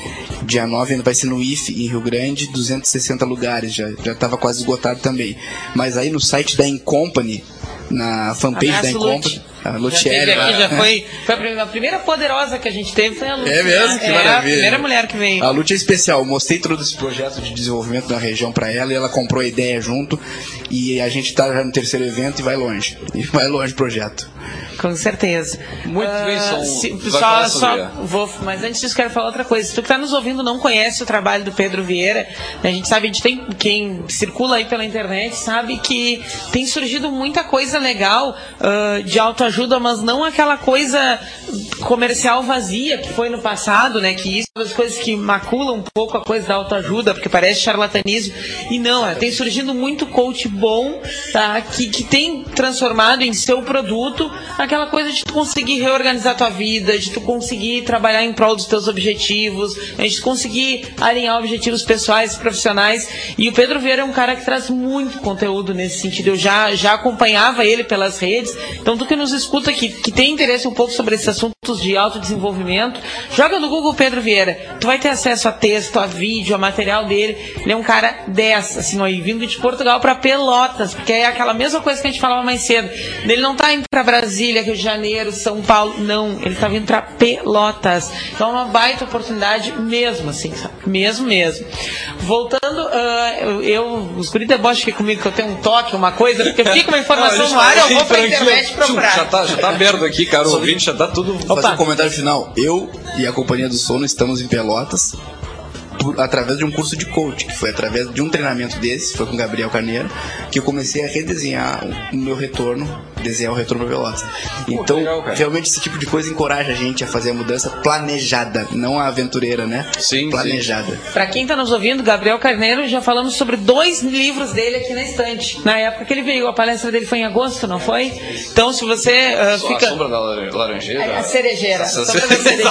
Dia nove ainda vai ser no I F E, em Rio Grande, duzentos e sessenta lugares, já estava quase esgotado também. Mas aí no site da Incompany, na fanpage Abraço, da Incompany, Lute. a Lutieri, já, aqui, já foi, foi a primeira, a primeira poderosa que a gente teve, foi a Lute. É mesmo? Que é maravilha. a primeira mulher que veio. A Lute é especial, eu mostrei todo esse projeto de desenvolvimento da região para ela e ela comprou a ideia junto e a gente está já no terceiro evento e vai longe. E vai longe o projeto. Com certeza. Muito uh, bem, som. se, Só, só vou, mas antes disso quero falar outra coisa. Se tu que está nos ouvindo não conhece o trabalho do Pedro Vieira, a gente sabe, a gente tem, quem circula aí pela internet sabe que tem surgido muita coisa legal uh, de autoajuda, mas não aquela coisa comercial vazia que foi no passado, né? Que isso é uma das coisas que macula um pouco a coisa da autoajuda, porque parece charlatanismo. E não, é, tem surgindo muito coach bom, tá? Que, que tem transformado em seu produto aquela coisa de tu conseguir reorganizar tua vida, de tu conseguir trabalhar em prol dos teus objetivos, de tu conseguir alinhar objetivos pessoais e profissionais. E o Pedro Vieira é um cara que traz muito conteúdo nesse sentido. Eu já, já acompanhava ele pelas redes. Então, tu que nos escuta, que, que tem interesse um pouco sobre esses assuntos de autodesenvolvimento, joga no Google Pedro Vieira. Tu vai ter acesso a texto, a vídeo, a material dele. Ele é um cara dez, assim, ó, vindo de Portugal para Pelotas, porque é aquela mesma coisa que a gente falava mais cedo. Ele não tá indo para Brasília, Rio de Janeiro, São Paulo, não. Ele tá vindo para Pelotas. Então é uma baita oportunidade mesmo, assim, sabe? Mesmo, mesmo. Voltando, uh, eu, os guris debocham aqui comigo que eu tenho um toque, uma coisa, porque fica uma informação no ar, eu vou pra internet procurar. Já tá, já tá aberto aqui, cara, o ouvinte já tá tudo... Vou fazer um comentário final. Eu e a Companhia do Sono estamos em Pelotas por, através de um curso de coach, que foi através de um treinamento desse, foi com o Gabriel Carneiro, que eu comecei a redesenhar o meu retorno, desenhar o retorno para Pelotas. Então, legal, realmente esse tipo de coisa encoraja a gente a fazer a mudança planejada, não a aventureira, né? Sim, planejada. Sim. Para quem tá nos ouvindo, Gabriel Carneiro, já falamos sobre dois livros dele aqui na estante. Na época que ele veio, a palestra dele foi em agosto, não foi? Então, se você uh, Só fica... a sombra da laranjeira? É a cerejeira. A sombra da cerejeira.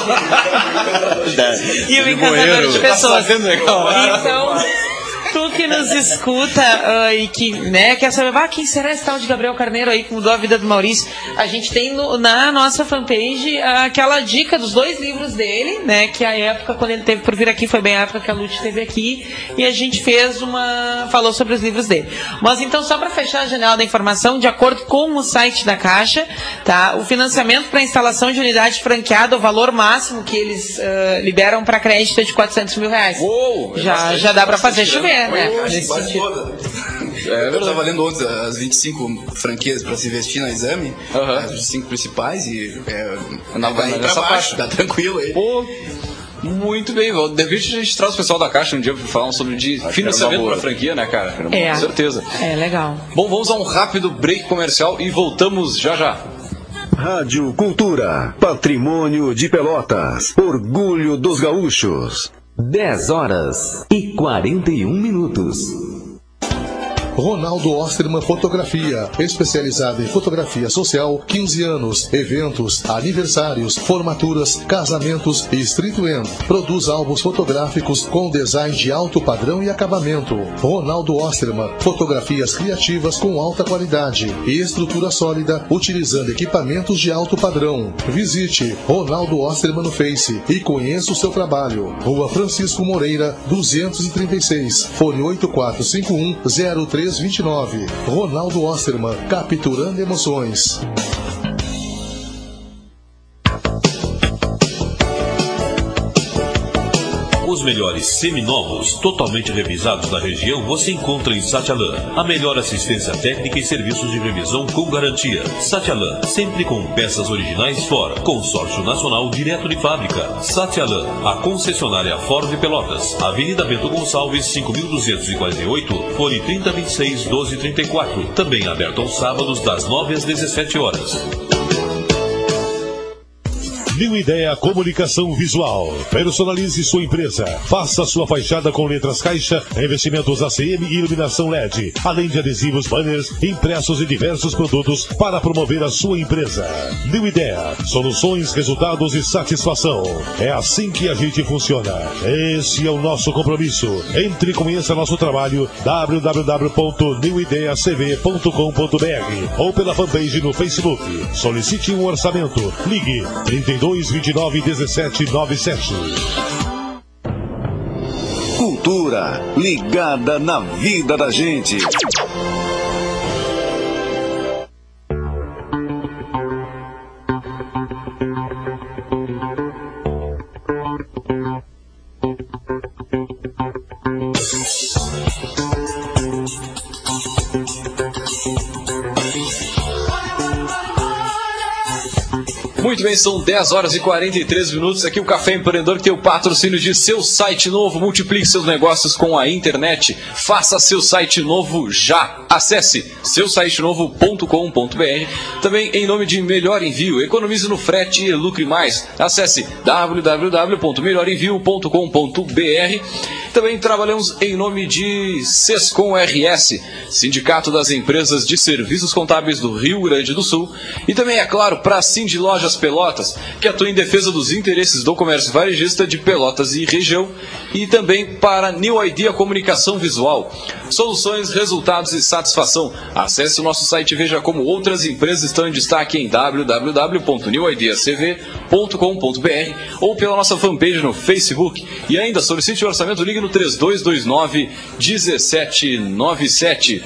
E o de encantador bueiro. de pessoas. Tá legal. Então... Tu que nos escuta uh, e que, né, quer saber, ah, quem será esse tal de Gabriel Carneiro aí que mudou a vida do Maurício? A gente tem no, na nossa fanpage uh, aquela dica dos dois livros dele, né, que a época, quando ele teve por vir aqui, foi bem a época que a Lute esteve aqui, e a gente fez uma, falou sobre os livros dele. Mas então, só para fechar a janela da informação, de acordo com o site da Caixa, tá, o financiamento para instalação de unidade franqueada, o valor máximo que eles uh, liberam para crédito é de quatrocentos mil reais. Uou, já, é já dá para fazer chover. Né? Nesse sentido. É, eu estava lendo ontem as vinte e cinco franquias para se investir no exame, uhum. As vinte e cinco principais, e é, na, vai na, para baixo, tá tranquilo aí. Pô, muito bem, de repente a gente traz o pessoal da Caixa um dia para falar sobre de financiamento para franquia, né, cara? É, com certeza. É, legal. Bom, vamos a um rápido break comercial e voltamos já já. Rádio Cultura, patrimônio de Pelotas, orgulho dos gaúchos. dez horas e quarenta e um minutos. Ronaldo Osterman Fotografia, especializada em fotografia social, quinze anos, eventos, aniversários, formaturas, casamentos e streetwear. Produz álbuns fotográficos com design de alto padrão e acabamento. Ronaldo Osterman, fotografias criativas com alta qualidade e estrutura sólida, utilizando equipamentos de alto padrão. Visite Ronaldo Osterman no Face e conheça o seu trabalho. Rua Francisco Moreira, duzentos e trinta e seis, fone oito quatro cinco um zero três vinte e nove. Ronaldo Osterman, capturando emoções. Os melhores seminovos, totalmente revisados da região, você encontra em Satialan. A melhor assistência técnica e serviços de revisão com garantia. Satialan, sempre com peças originais Ford. Consórcio Nacional direto de fábrica. Satialan, a concessionária Ford Pelotas. Avenida Bento Gonçalves, cinco mil duzentos e quarenta e oito, fone trinta, vinte e seis, doze, trinta e quatro. Também aberto aos sábados, das nove às dezessete horas. New Ideia Comunicação Visual. Personalize sua empresa. Faça sua fachada com letras caixa, revestimentos A C M e iluminação L E D, além de adesivos, banners, impressos e diversos produtos para promover a sua empresa. New Ideia. Soluções, resultados e satisfação. É assim que a gente funciona. Esse é o nosso compromisso. Entre e conheça nosso trabalho w w w ponto new idea c v ponto com ponto b r ou pela fanpage no Facebook. Solicite um orçamento. Ligue trinta e dois, vinte e nove, dezessete, noventa e sete. Cultura, ligada na vida da gente. Muito bem, são dez horas e quarenta e três minutos. Aqui o Café Empreendedor, que tem o patrocínio de seu site novo. Multiplique seus negócios com a internet. Faça seu site novo já. Acesse seu site novo ponto com ponto b r. Também em nome de Melhor Envio. Economize no frete e lucre mais. Acesse w w w ponto melhor envio ponto com ponto b r. Também trabalhamos em nome de Sescom R S, Sindicato das Empresas de Serviços Contábeis do Rio Grande do Sul. E também, é claro, para a Cindy Lojas Pelotas, que atua em defesa dos interesses do comércio varejista de Pelotas e região. E também para New Idea Comunicação Visual. Soluções, resultados e satisfação. Acesse o nosso site e veja como outras empresas estão em destaque em w w w ponto new idea c v ponto com ponto b r ou pela nossa fanpage no Facebook. E ainda solicite o orçamento, ligue no três dois dois nove, um sete nove sete.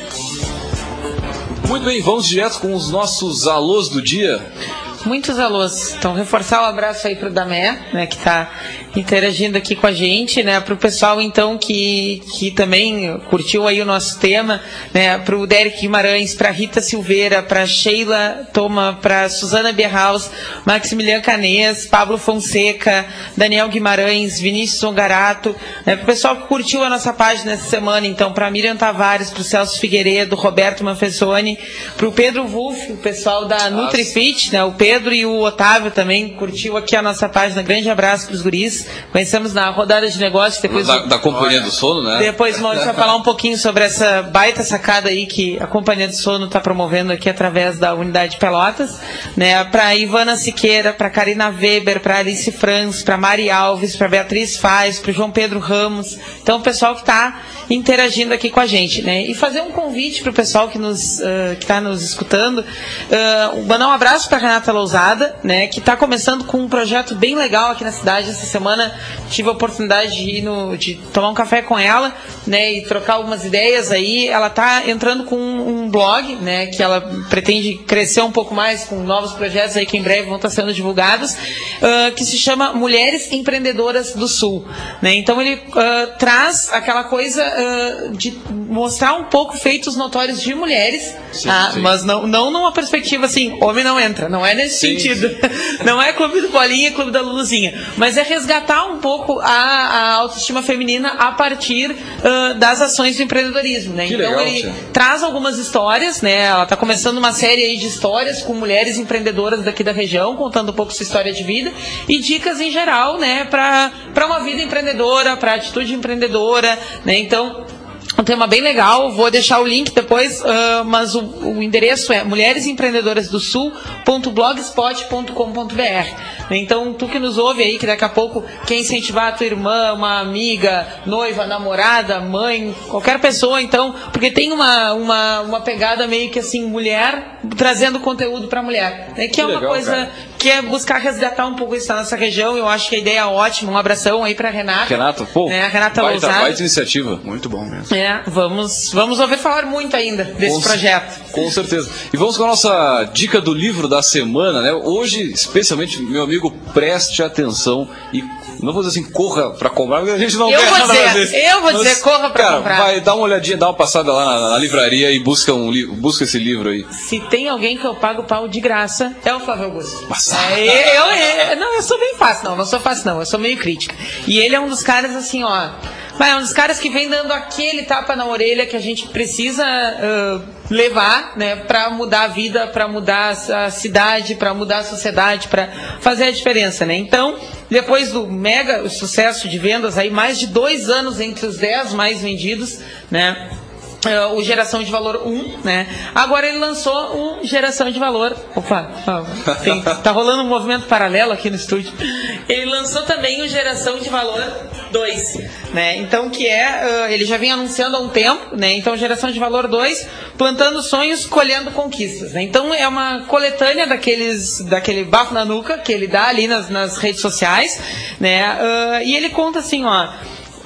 Muito bem, vamos direto com os nossos alôs do dia. Muitos alôs. Então, reforçar o abraço aí pro Damé, né, que está interagindo aqui com a gente, né, pro pessoal, então, que, que também curtiu aí o nosso tema, né, pro Derek Guimarães, pra Rita Silveira, pra Sheila Toma, pra Suzana Bierhaus, Maximiliano Canês, Pablo Fonseca, Daniel Guimarães, Vinícius Ongarato, né, pro pessoal que curtiu a nossa página essa semana, então, pra Miriam Tavares, pro Celso Figueiredo, Roberto Manfessoni, pro Pedro Wolff, o pessoal da NutriFit, né, o Pedro Pedro e o Otávio também curtiu aqui a nossa página. Grande abraço para os guris. Conhecemos na rodada de negócios. Depois da, da Companhia do Sono, né? Depois o Maurício vai falar um pouquinho sobre essa baita sacada aí que a Companhia do Sono está promovendo aqui através da Unidade Pelotas, né? Para Ivana Siqueira, para Karina Weber, para Alice Franz, para Mari Alves, para Beatriz Faz, para João Pedro Ramos. Então, o pessoal que está interagindo aqui com a gente, né? E fazer um convite para o pessoal que nos uh, que está nos escutando. Uh, mandar um abraço para Renata Lousada, né? Que está começando com um projeto bem legal aqui na cidade. Essa semana tive a oportunidade de ir no, de tomar um café com ela, né? E trocar algumas ideias aí. Ela está entrando com um, um blog, né? Que ela pretende crescer um pouco mais com novos projetos aí que em breve vão estar sendo divulgados, uh, que se chama Mulheres Empreendedoras do Sul, né? Então ele uh, traz aquela coisa uh, de mostrar um pouco feitos notórios de mulheres, sim, tá? Sim. Mas não, não numa perspectiva assim, homem não entra, não é nesse sim, sentido. Sim. Não é clube do Bolinha, clube da Luluzinha, mas é resgatar um pouco a, a autoestima feminina a partir uh, das ações do empreendedorismo, né? Que então legal, ele sim. traz algumas histórias, né? Ela está começando uma série aí de histórias com mulheres empreendedoras daqui da região, contando um pouco sua história de vida e dicas em geral, né? Para para uma vida empreendedora, para atitude empreendedora, né? Então, um tema bem legal, vou deixar o link depois, uh, mas o, o endereço é mulheres empreendedoras do sul ponto blogspot ponto com ponto b r. Então, tu que nos ouve aí, que daqui a pouco quer incentivar a tua irmã, uma amiga, noiva, namorada, mãe, qualquer pessoa, então, porque tem uma, uma, uma pegada meio que assim, mulher trazendo conteúdo para mulher, né? Que, que é uma legal, coisa cara. Que é buscar resgatar um pouco isso na nossa região. Eu acho que a ideia é ótima. Um abração aí para Renata. Renata, pô, né? Renata baita, Lousada. baita iniciativa. Muito bom mesmo. É, vamos, vamos ouvir falar muito ainda desse com, projeto. Com certeza. E vamos com a nossa dica do livro da semana, né? Hoje, especialmente, meu amigo, preste atenção e não vou dizer assim, corra para comprar, porque a gente não eu quer vou nada dizer, dizer. Eu vou Mas, dizer, corra para comprar. Vai dar uma olhadinha, dá uma passada lá na, na livraria e busca, um, busca esse livro aí. Se tem alguém que eu pago pau de graça, é o Flávio Augusto. Mas, é, eu, eu, não, eu sou bem fácil, não, não sou fácil não, eu sou meio crítica. E ele é um dos caras assim, ó, é um dos caras que vem dando aquele tapa na orelha que a gente precisa uh, levar, né, para mudar a vida, para mudar a cidade, para mudar a sociedade, para fazer a diferença, né? Então, depois do mega sucesso de vendas, aí mais de dois anos entre os dez mais vendidos, né? Uh, o Geração de Valor um, né? Agora ele lançou um Geração de Valor. Opa, ó, tem, tá rolando um movimento paralelo aqui no estúdio. Ele lançou também o Geração de Valor dois, né? Então, que é, uh, ele já vem anunciando há um tempo, né? Então, Geração de Valor dois, plantando sonhos, colhendo conquistas, né? Então, é uma coletânea daqueles, daquele bafo na nuca que ele dá ali nas, nas redes sociais, né? Uh, e ele conta assim, ó.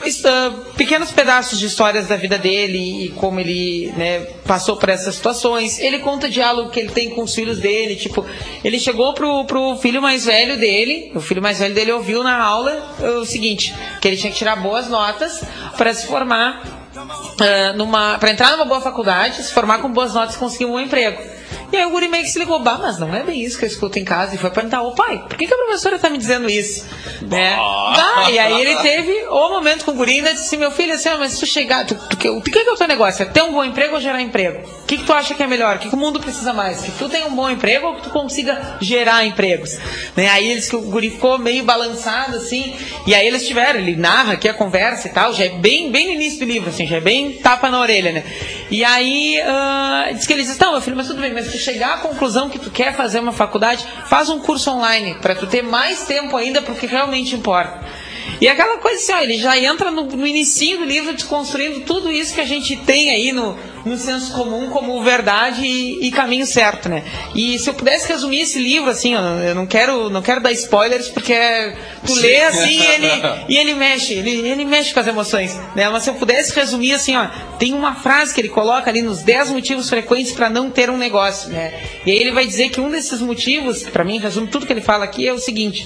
uh, pequenos pedaços de histórias da vida dele e como ele, né, passou por essas situações. Ele conta diálogo que ele tem com os filhos dele, tipo, ele chegou pro, pro filho mais velho dele, o filho mais velho dele ouviu na aula o seguinte, que ele tinha que tirar boas notas para se formar, uh, numa, para entrar numa boa faculdade, se formar com boas notas e conseguir um bom emprego. E aí o guri meio que se ligou, bah, mas não é bem isso que eu escuto em casa. E foi perguntar, ô pai, por que, que a professora tá me dizendo isso? Né? Bah, e aí ele teve o momento com o guri e disse assim, meu filho, assim, mas se tu chegar, tu, tu, o que, que é o teu negócio? É ter um bom emprego ou gerar emprego? O que, que tu acha que é melhor? O que, que o mundo precisa mais? Que tu tenha um bom emprego ou que tu consiga gerar empregos? Né? Aí eles, o guri ficou meio balançado, assim, e aí eles tiveram, ele narra aqui a conversa e tal, já é bem, bem no início do livro, assim, já é bem tapa na orelha, né? E aí, uh, diz que ele diz, não, meu filho, mas tudo bem, mas tu chegar à conclusão que tu quer fazer uma faculdade, faz um curso online, para tu ter mais tempo ainda pro que realmente importa. E aquela coisa assim, ó, ele já entra no, no inicinho do livro desconstruindo tudo isso que a gente tem aí no, no senso comum como verdade e, e caminho certo, né? E se eu pudesse resumir esse livro, assim, ó, eu não quero, não quero dar spoilers, porque tu lê assim e ele, e ele mexe, ele, ele mexe com as emoções, né? Mas se eu pudesse resumir assim, ó, tem uma frase que ele coloca ali nos dez motivos frequentes para não ter um negócio, né? E aí ele vai dizer que um desses motivos, para mim resume tudo que ele fala aqui, é o seguinte...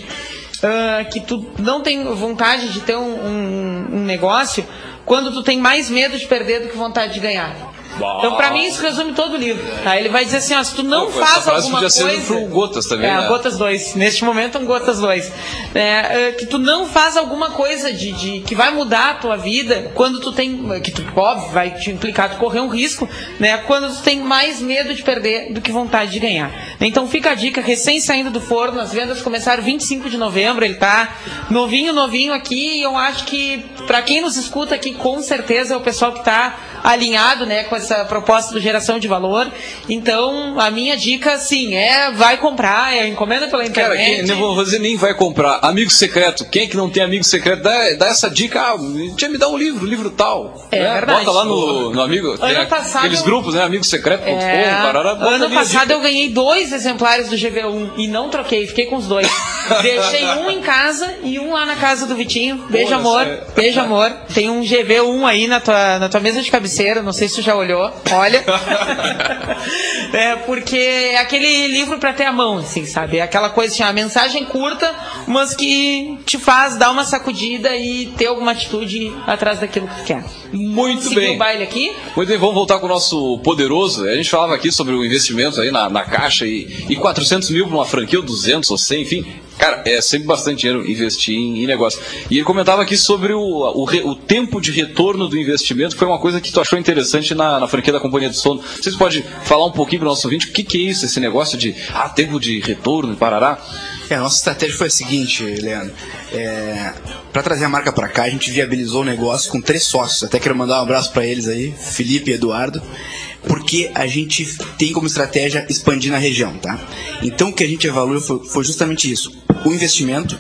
Uh, que tu não tem vontade de ter um, um, um negócio quando tu tem mais medo de perder do que vontade de ganhar. Então, pra mim, isso resume todo o livro. Tá? Ele vai dizer assim, ó, se tu não Pô, faz alguma coisa... Ser pro Gotas também, é, né? Gotas dois. Neste momento, um Gotas dois. É, que tu não faz alguma coisa de, de, que vai mudar a tua vida quando tu tem... Que tu, óbvio, vai te implicar tu correr um risco, né? Quando tu tem mais medo de perder do que vontade de ganhar. Então, fica a dica, recém saindo do forno, as vendas começaram vinte e cinco de novembro, ele tá novinho, novinho aqui, e eu acho que, pra quem nos escuta aqui, com certeza é o pessoal que tá alinhado, né, com essa proposta do geração de valor. Então, a minha dica, sim, é vai comprar, é encomenda pela internet. Cara, quem, não vou dizer nem vai comprar. Amigo secreto, quem é que não tem amigo secreto? Dá, dá essa dica, ah, tinha me dar um livro, livro tal. É né? verdade. Bota lá no, no amigo, ano tem passado, aqueles grupos, né, amigo secreto ponto com, é, parará, ano passado eu ganhei dois exemplares do G V um e não troquei, fiquei com os dois. Deixei um em casa e um lá na casa do Vitinho. Beijo, Pô, amor. É... Beijo, amor. Tem um G V um aí na tua, na tua mesa de cabeceira, não sei se tu já olhou. Olha. É, porque é aquele livro pra ter a mão, assim, sabe? É aquela coisa assim, a mensagem curta, mas que te faz dar uma sacudida e ter alguma atitude atrás daquilo que tu quer. Muito Seguir bem. o baile aqui. Muito bem, vamos voltar com o nosso poderoso. A gente falava aqui sobre o investimento aí na, na caixa e, e quatrocentos mil para uma franquia, ou duzentos ou cem, enfim. Cara, é sempre bastante dinheiro investir em, em negócio. E ele comentava aqui sobre o, o, o tempo de retorno do investimento, que foi uma coisa que tu achou interessante na, na franquia da Companhia do Sono. Vocês podem falar um pouquinho para o nosso ouvinte o que, que é isso, esse negócio de ah, tempo de retorno e parará? É, a nossa estratégia foi a seguinte, Leandro. É, para trazer a marca para cá, a gente viabilizou o negócio com três sócios. Até quero mandar um abraço para eles aí, Felipe e Eduardo. Porque a gente tem como estratégia expandir na região, tá? Então o que a gente evaluou foi, foi justamente isso. O investimento,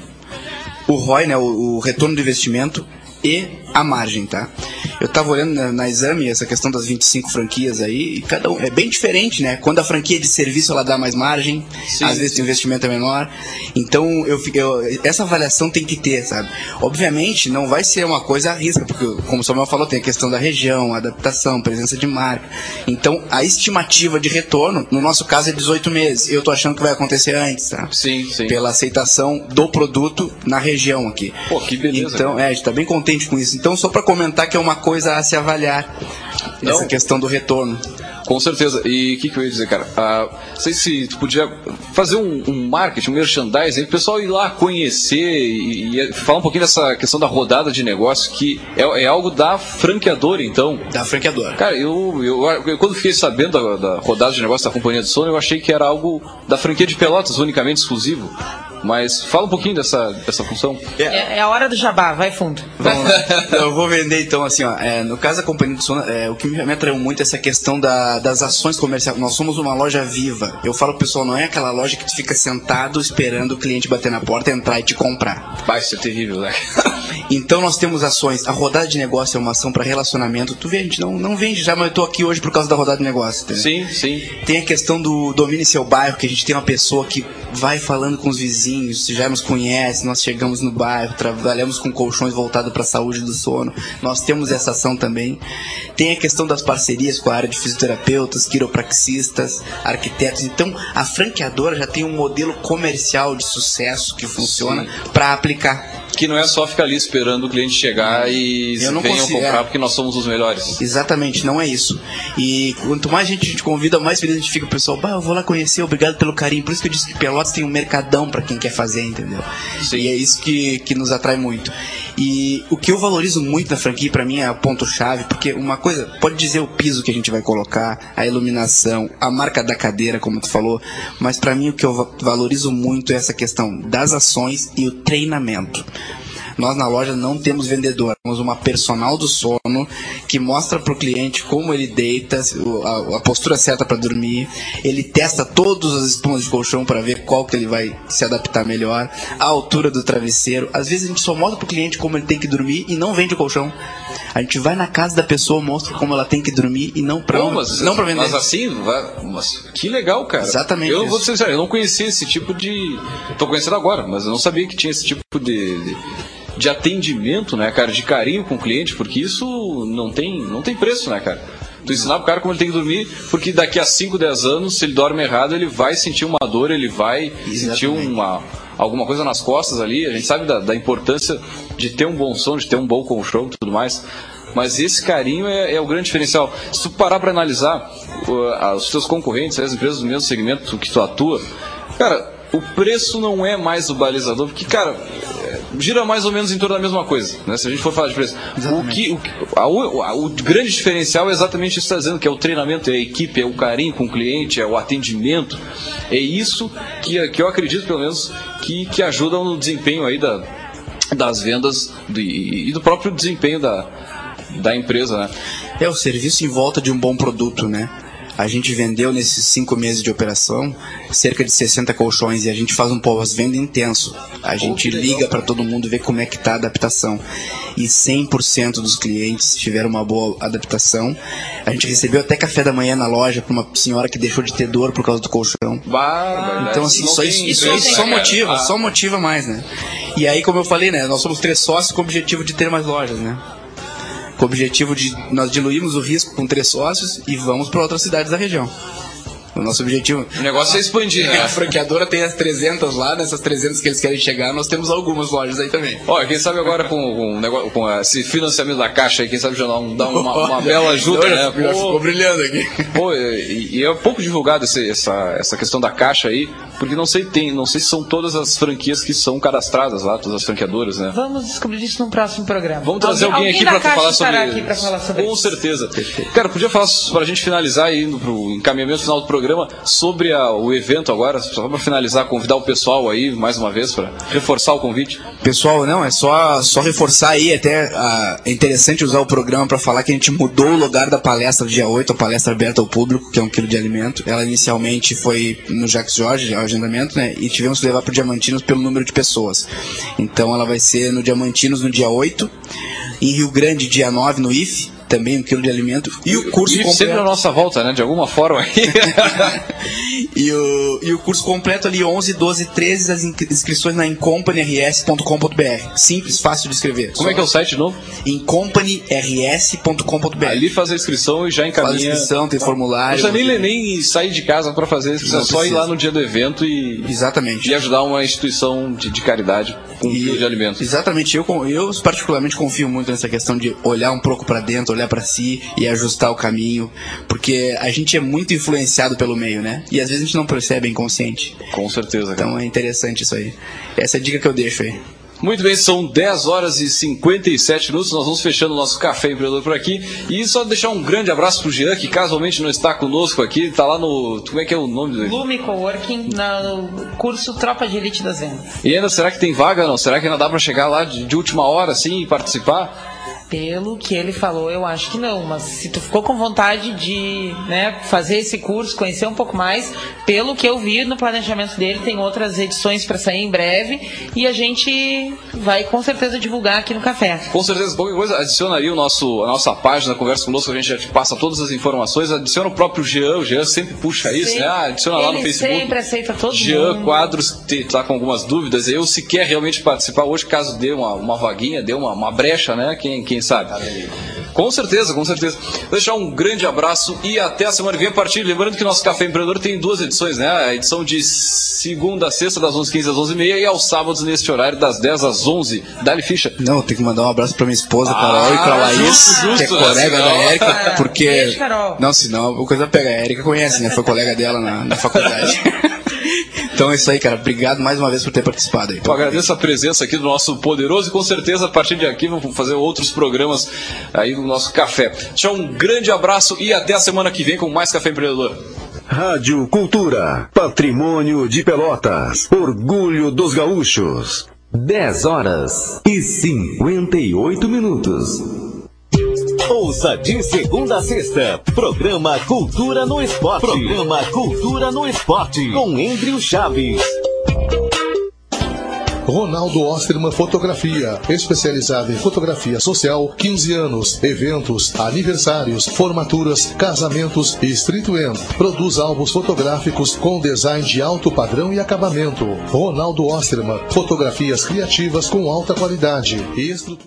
o R O I, né, o, o retorno do investimento e a margem, tá? Eu tava olhando na, na Exame essa questão das vinte e cinco franquias aí, e cada um é bem diferente, né? Quando a franquia é de serviço ela dá mais margem, sim, às vezes o investimento é menor. Então eu, eu, essa avaliação tem que ter, sabe? Obviamente não vai ser uma coisa à risca, porque como o Samuel falou, tem a questão da região, adaptação, presença de marca. Então a estimativa de retorno, no nosso caso é dezoito meses. Eu tô achando que vai acontecer antes, tá? Sim, sim. Pela aceitação do produto na região aqui. Pô, que beleza. Então, cara. É, a gente tá bem contente com isso. Então só para comentar que é uma coisa a se avaliar, não, essa questão do retorno. Com certeza. E o que, que eu ia dizer, cara? Ah, não sei se tu podia fazer um, um marketing, um merchandising, o pessoal ir lá conhecer e, e falar um pouquinho dessa questão da rodada de negócio, que é, é algo da franqueadora, então. Da franqueadora. Cara, eu, eu, eu quando fiquei sabendo da, da rodada de negócio da Companhia do Sono, eu achei que era algo da franquia de Pelotas, unicamente exclusivo. Mas fala um pouquinho dessa, dessa função. É, é a hora do jabá, vai fundo. Vamos, eu vou vender então assim, ó, é, no caso da Companhia do Sono, é, o que me atraiu muito é essa questão da, das ações comerciais. Nós somos uma loja viva. Eu falo pro pessoal, não é aquela loja que tu fica sentado esperando o cliente bater na porta, entrar e te comprar. Vai ser terrível, né? Então nós temos ações. A rodada de negócio é uma ação para relacionamento. Tu vê, a gente não, não vende já, mas eu tô aqui hoje por causa da rodada de negócio. Entendeu? Sim, sim. Tem a questão do domine seu bairro, que a gente tem uma pessoa que vai falando com os vizinhos, vizinhos, já nos conhece, nós chegamos no bairro, trabalhamos com colchões voltados para a saúde do sono, nós temos essa ação também. Tem a questão das parcerias com a área de fisioterapeutas, quiropraxistas, arquitetos. Então a franqueadora já tem um modelo comercial de sucesso que funciona para aplicar. Que não é só ficar ali esperando o cliente chegar e venham comprar porque nós somos os melhores. Exatamente, não é isso. E quanto mais gente a gente convida, mais feliz a gente fica. O pessoal, bah, eu vou lá conhecer, obrigado pelo carinho. Por isso que eu disse que Pelotas tem um mercadão para quem quer fazer, entendeu? Sim. E é isso que, que nos atrai muito. E o que eu valorizo muito na franquia, para mim, é o ponto-chave, porque uma coisa, pode dizer o piso que a gente vai colocar, a iluminação, a marca da cadeira, como tu falou, mas para mim o que eu valorizo muito é essa questão das ações e o treinamento. Nós na loja não temos vendedor, temos uma personal do sono que mostra para o cliente como ele deita, a, a postura certa para dormir, ele testa todas as espumas de colchão para ver qual que ele vai se adaptar melhor, a altura do travesseiro. Às vezes a gente só mostra para o cliente como ele tem que dormir e não vende o colchão. A gente vai na casa da pessoa, mostra como ela tem que dormir e não para não para vender. Mas assim, vai, mas que legal, cara. Exatamente. Eu isso. vou dizer, eu não conhecia esse tipo de, tô conhecendo agora, mas eu não sabia que tinha esse tipo de, de... de atendimento, né, cara, de carinho com o cliente, porque isso não tem, não tem preço, né, cara. Tu ensinar pro cara como ele tem que dormir, porque daqui a cinco, dez anos, se ele dorme errado, ele vai sentir uma dor, ele vai Exatamente. sentir uma, alguma coisa nas costas ali. A gente sabe da, da importância de ter um bom sono, de ter um bom colchão e tudo mais. Mas esse carinho é, é o grande diferencial. Se tu parar para analisar uh, os teus concorrentes, as empresas do mesmo segmento que tu atua, cara, o preço não é mais o balizador, porque, cara, gira mais ou menos em torno da mesma coisa, né? Se a gente for falar de preço. O, que, o, a, a, o grande diferencial é exatamente isso que você está dizendo, que é o treinamento, é a equipe, é o carinho com o cliente, é o atendimento. É isso que, que eu acredito, pelo menos, que, que ajuda no desempenho aí da, das vendas do, e, e do próprio desempenho da, da empresa, né? É o serviço em volta de um bom produto, né? A gente vendeu nesses cinco meses de operação cerca de sessenta colchões e a gente faz um pós-venda intenso. A gente liga para todo mundo ver como é que está a adaptação. E cem por cento dos clientes tiveram uma boa adaptação. A gente recebeu até café da manhã na loja para uma senhora que deixou de ter dor por causa do colchão. Bah, então assim, só isso, isso, isso só motiva, ah. só motiva mais, né? E aí, como eu falei, né, nós somos três sócios com o objetivo de ter mais lojas, né? Com o objetivo de nós diluirmos o risco com três sócios e vamos para outras cidades da região. O nosso objetivo... O negócio é expandir, né? A franqueadora tem as trezentas lá, nessas trezentas que eles querem chegar, nós temos algumas lojas aí também. Olha, quem sabe agora com, com, negócio, com esse financiamento da Caixa aí, quem sabe já dá, um, dá uma, uma bela ajuda, né? Já ficou brilhando aqui. Pô, e, e é pouco divulgado esse, essa, essa questão da Caixa aí, porque não sei, tem, não sei se são todas as franquias que são cadastradas lá, todas as franqueadoras, né? Vamos descobrir isso num próximo programa. Vamos trazer alguém, alguém aqui para falar sobre aqui pra falar sobre Com isso. certeza. Cara, podia falar, para a gente finalizar aí, indo pro encaminhamento final do programa, sobre a, o evento agora, só para finalizar, convidar o pessoal aí, mais uma vez, para reforçar o convite. Pessoal, não, é só, só reforçar aí, até uh, é interessante usar o programa para falar que a gente mudou o lugar da palestra dia oito, a palestra aberta ao público, que é um quilo de alimento. Ela inicialmente foi no Jacques Jorge, o agendamento, né, e tivemos que levar para o Diamantinos pelo número de pessoas. Então ela vai ser no Diamantinos no dia oito, em Rio Grande dia nove no I F, também um quilo de alimento, e o curso e completo... sempre a nossa volta, né, de alguma forma aí. e, o, e o curso completo ali onze, doze, treze, as inscrições na incompany r s ponto com ponto b r. Simples, fácil de escrever. Como Só é que é o site de novo? incompany r s ponto com ponto b r. Ali faz a inscrição e já encaminha. Faz a inscrição, tem formulário. Não precisa nem, nem sair de casa para fazer, precisa só ir lá no dia do evento e, exatamente. e ajudar uma instituição de, de caridade com um quilo de alimento. Exatamente, eu, eu particularmente confio muito nessa questão de olhar um pouco para dentro, olhar para si e ajustar o caminho, porque a gente é muito influenciado pelo meio, né? E às vezes a gente não percebe, é inconsciente. Com certeza, cara. Então é interessante isso aí. Essa é a dica que eu deixo aí. Muito bem, são dez horas e cinquenta e sete minutos, nós vamos fechando o nosso Café Empreendedor por aqui. E só deixar um grande abraço pro Jean, que casualmente não está conosco aqui, está lá no... Como é que é o nome dele? Lume Coworking, no curso Tropa de Elite das Vendas. E ainda, será que tem vaga não? Será que ainda dá para chegar lá de, de última hora assim e participar? Pelo que ele falou, eu acho que não. Mas se tu ficou com vontade de, né, fazer esse curso, conhecer um pouco mais, pelo que eu vi no planejamento dele, tem outras edições para sair em breve e a gente vai com certeza divulgar aqui no Café. Com certeza, qualquer coisa, adicionaria o nosso, a nossa página, conversa conosco, a gente já te passa todas as informações, adiciona o próprio Jean, o Jean sempre puxa isso, Sim. né? Ah, adiciona lá no ele Facebook. Sempre aceita todo Jean mundo. Quadros está com algumas dúvidas. Eu, se quer realmente participar hoje, caso dê uma, uma vaguinha, dê uma, uma brecha, né? Quem, quem sabe? Com certeza, com certeza. Vou deixar um grande abraço e até a semana que vem a partir. Lembrando que nosso Café Empreendedor tem duas edições, né? A edição de segunda a sexta, das onze e quinze às onze e meia, e aos sábados, nesse horário, das dez às onze. Dali ficha. Não, tem que mandar um abraço pra minha esposa, Ah, Carol, e pra Laís, justo, justo, que é colega né? da Érica, Ah, porque... beijo, Carol. Não, senão a coisa pega. A Érica conhece, né? Foi colega dela na, na faculdade. Então é isso aí, cara. Obrigado mais uma vez por ter participado aí. Eu agradeço a presença aqui do nosso poderoso e com certeza a partir de aqui vamos fazer outros programas aí no nosso café. Tchau, um grande abraço e até a semana que vem com mais Café Empreendedor. Rádio Cultura, patrimônio de Pelotas, orgulho dos gaúchos. dez horas e cinquenta e oito minutos. Ouça de segunda a sexta, programa Cultura no Esporte. Programa Cultura no Esporte, com Endrio Chaves. Ronaldo Osterman Fotografia, especializada em fotografia social, quinze anos, eventos, aniversários, formaturas, casamentos e streetwear. Produz álbuns fotográficos com design de alto padrão e acabamento. Ronaldo Osterman, fotografias criativas com alta qualidade e estrutura.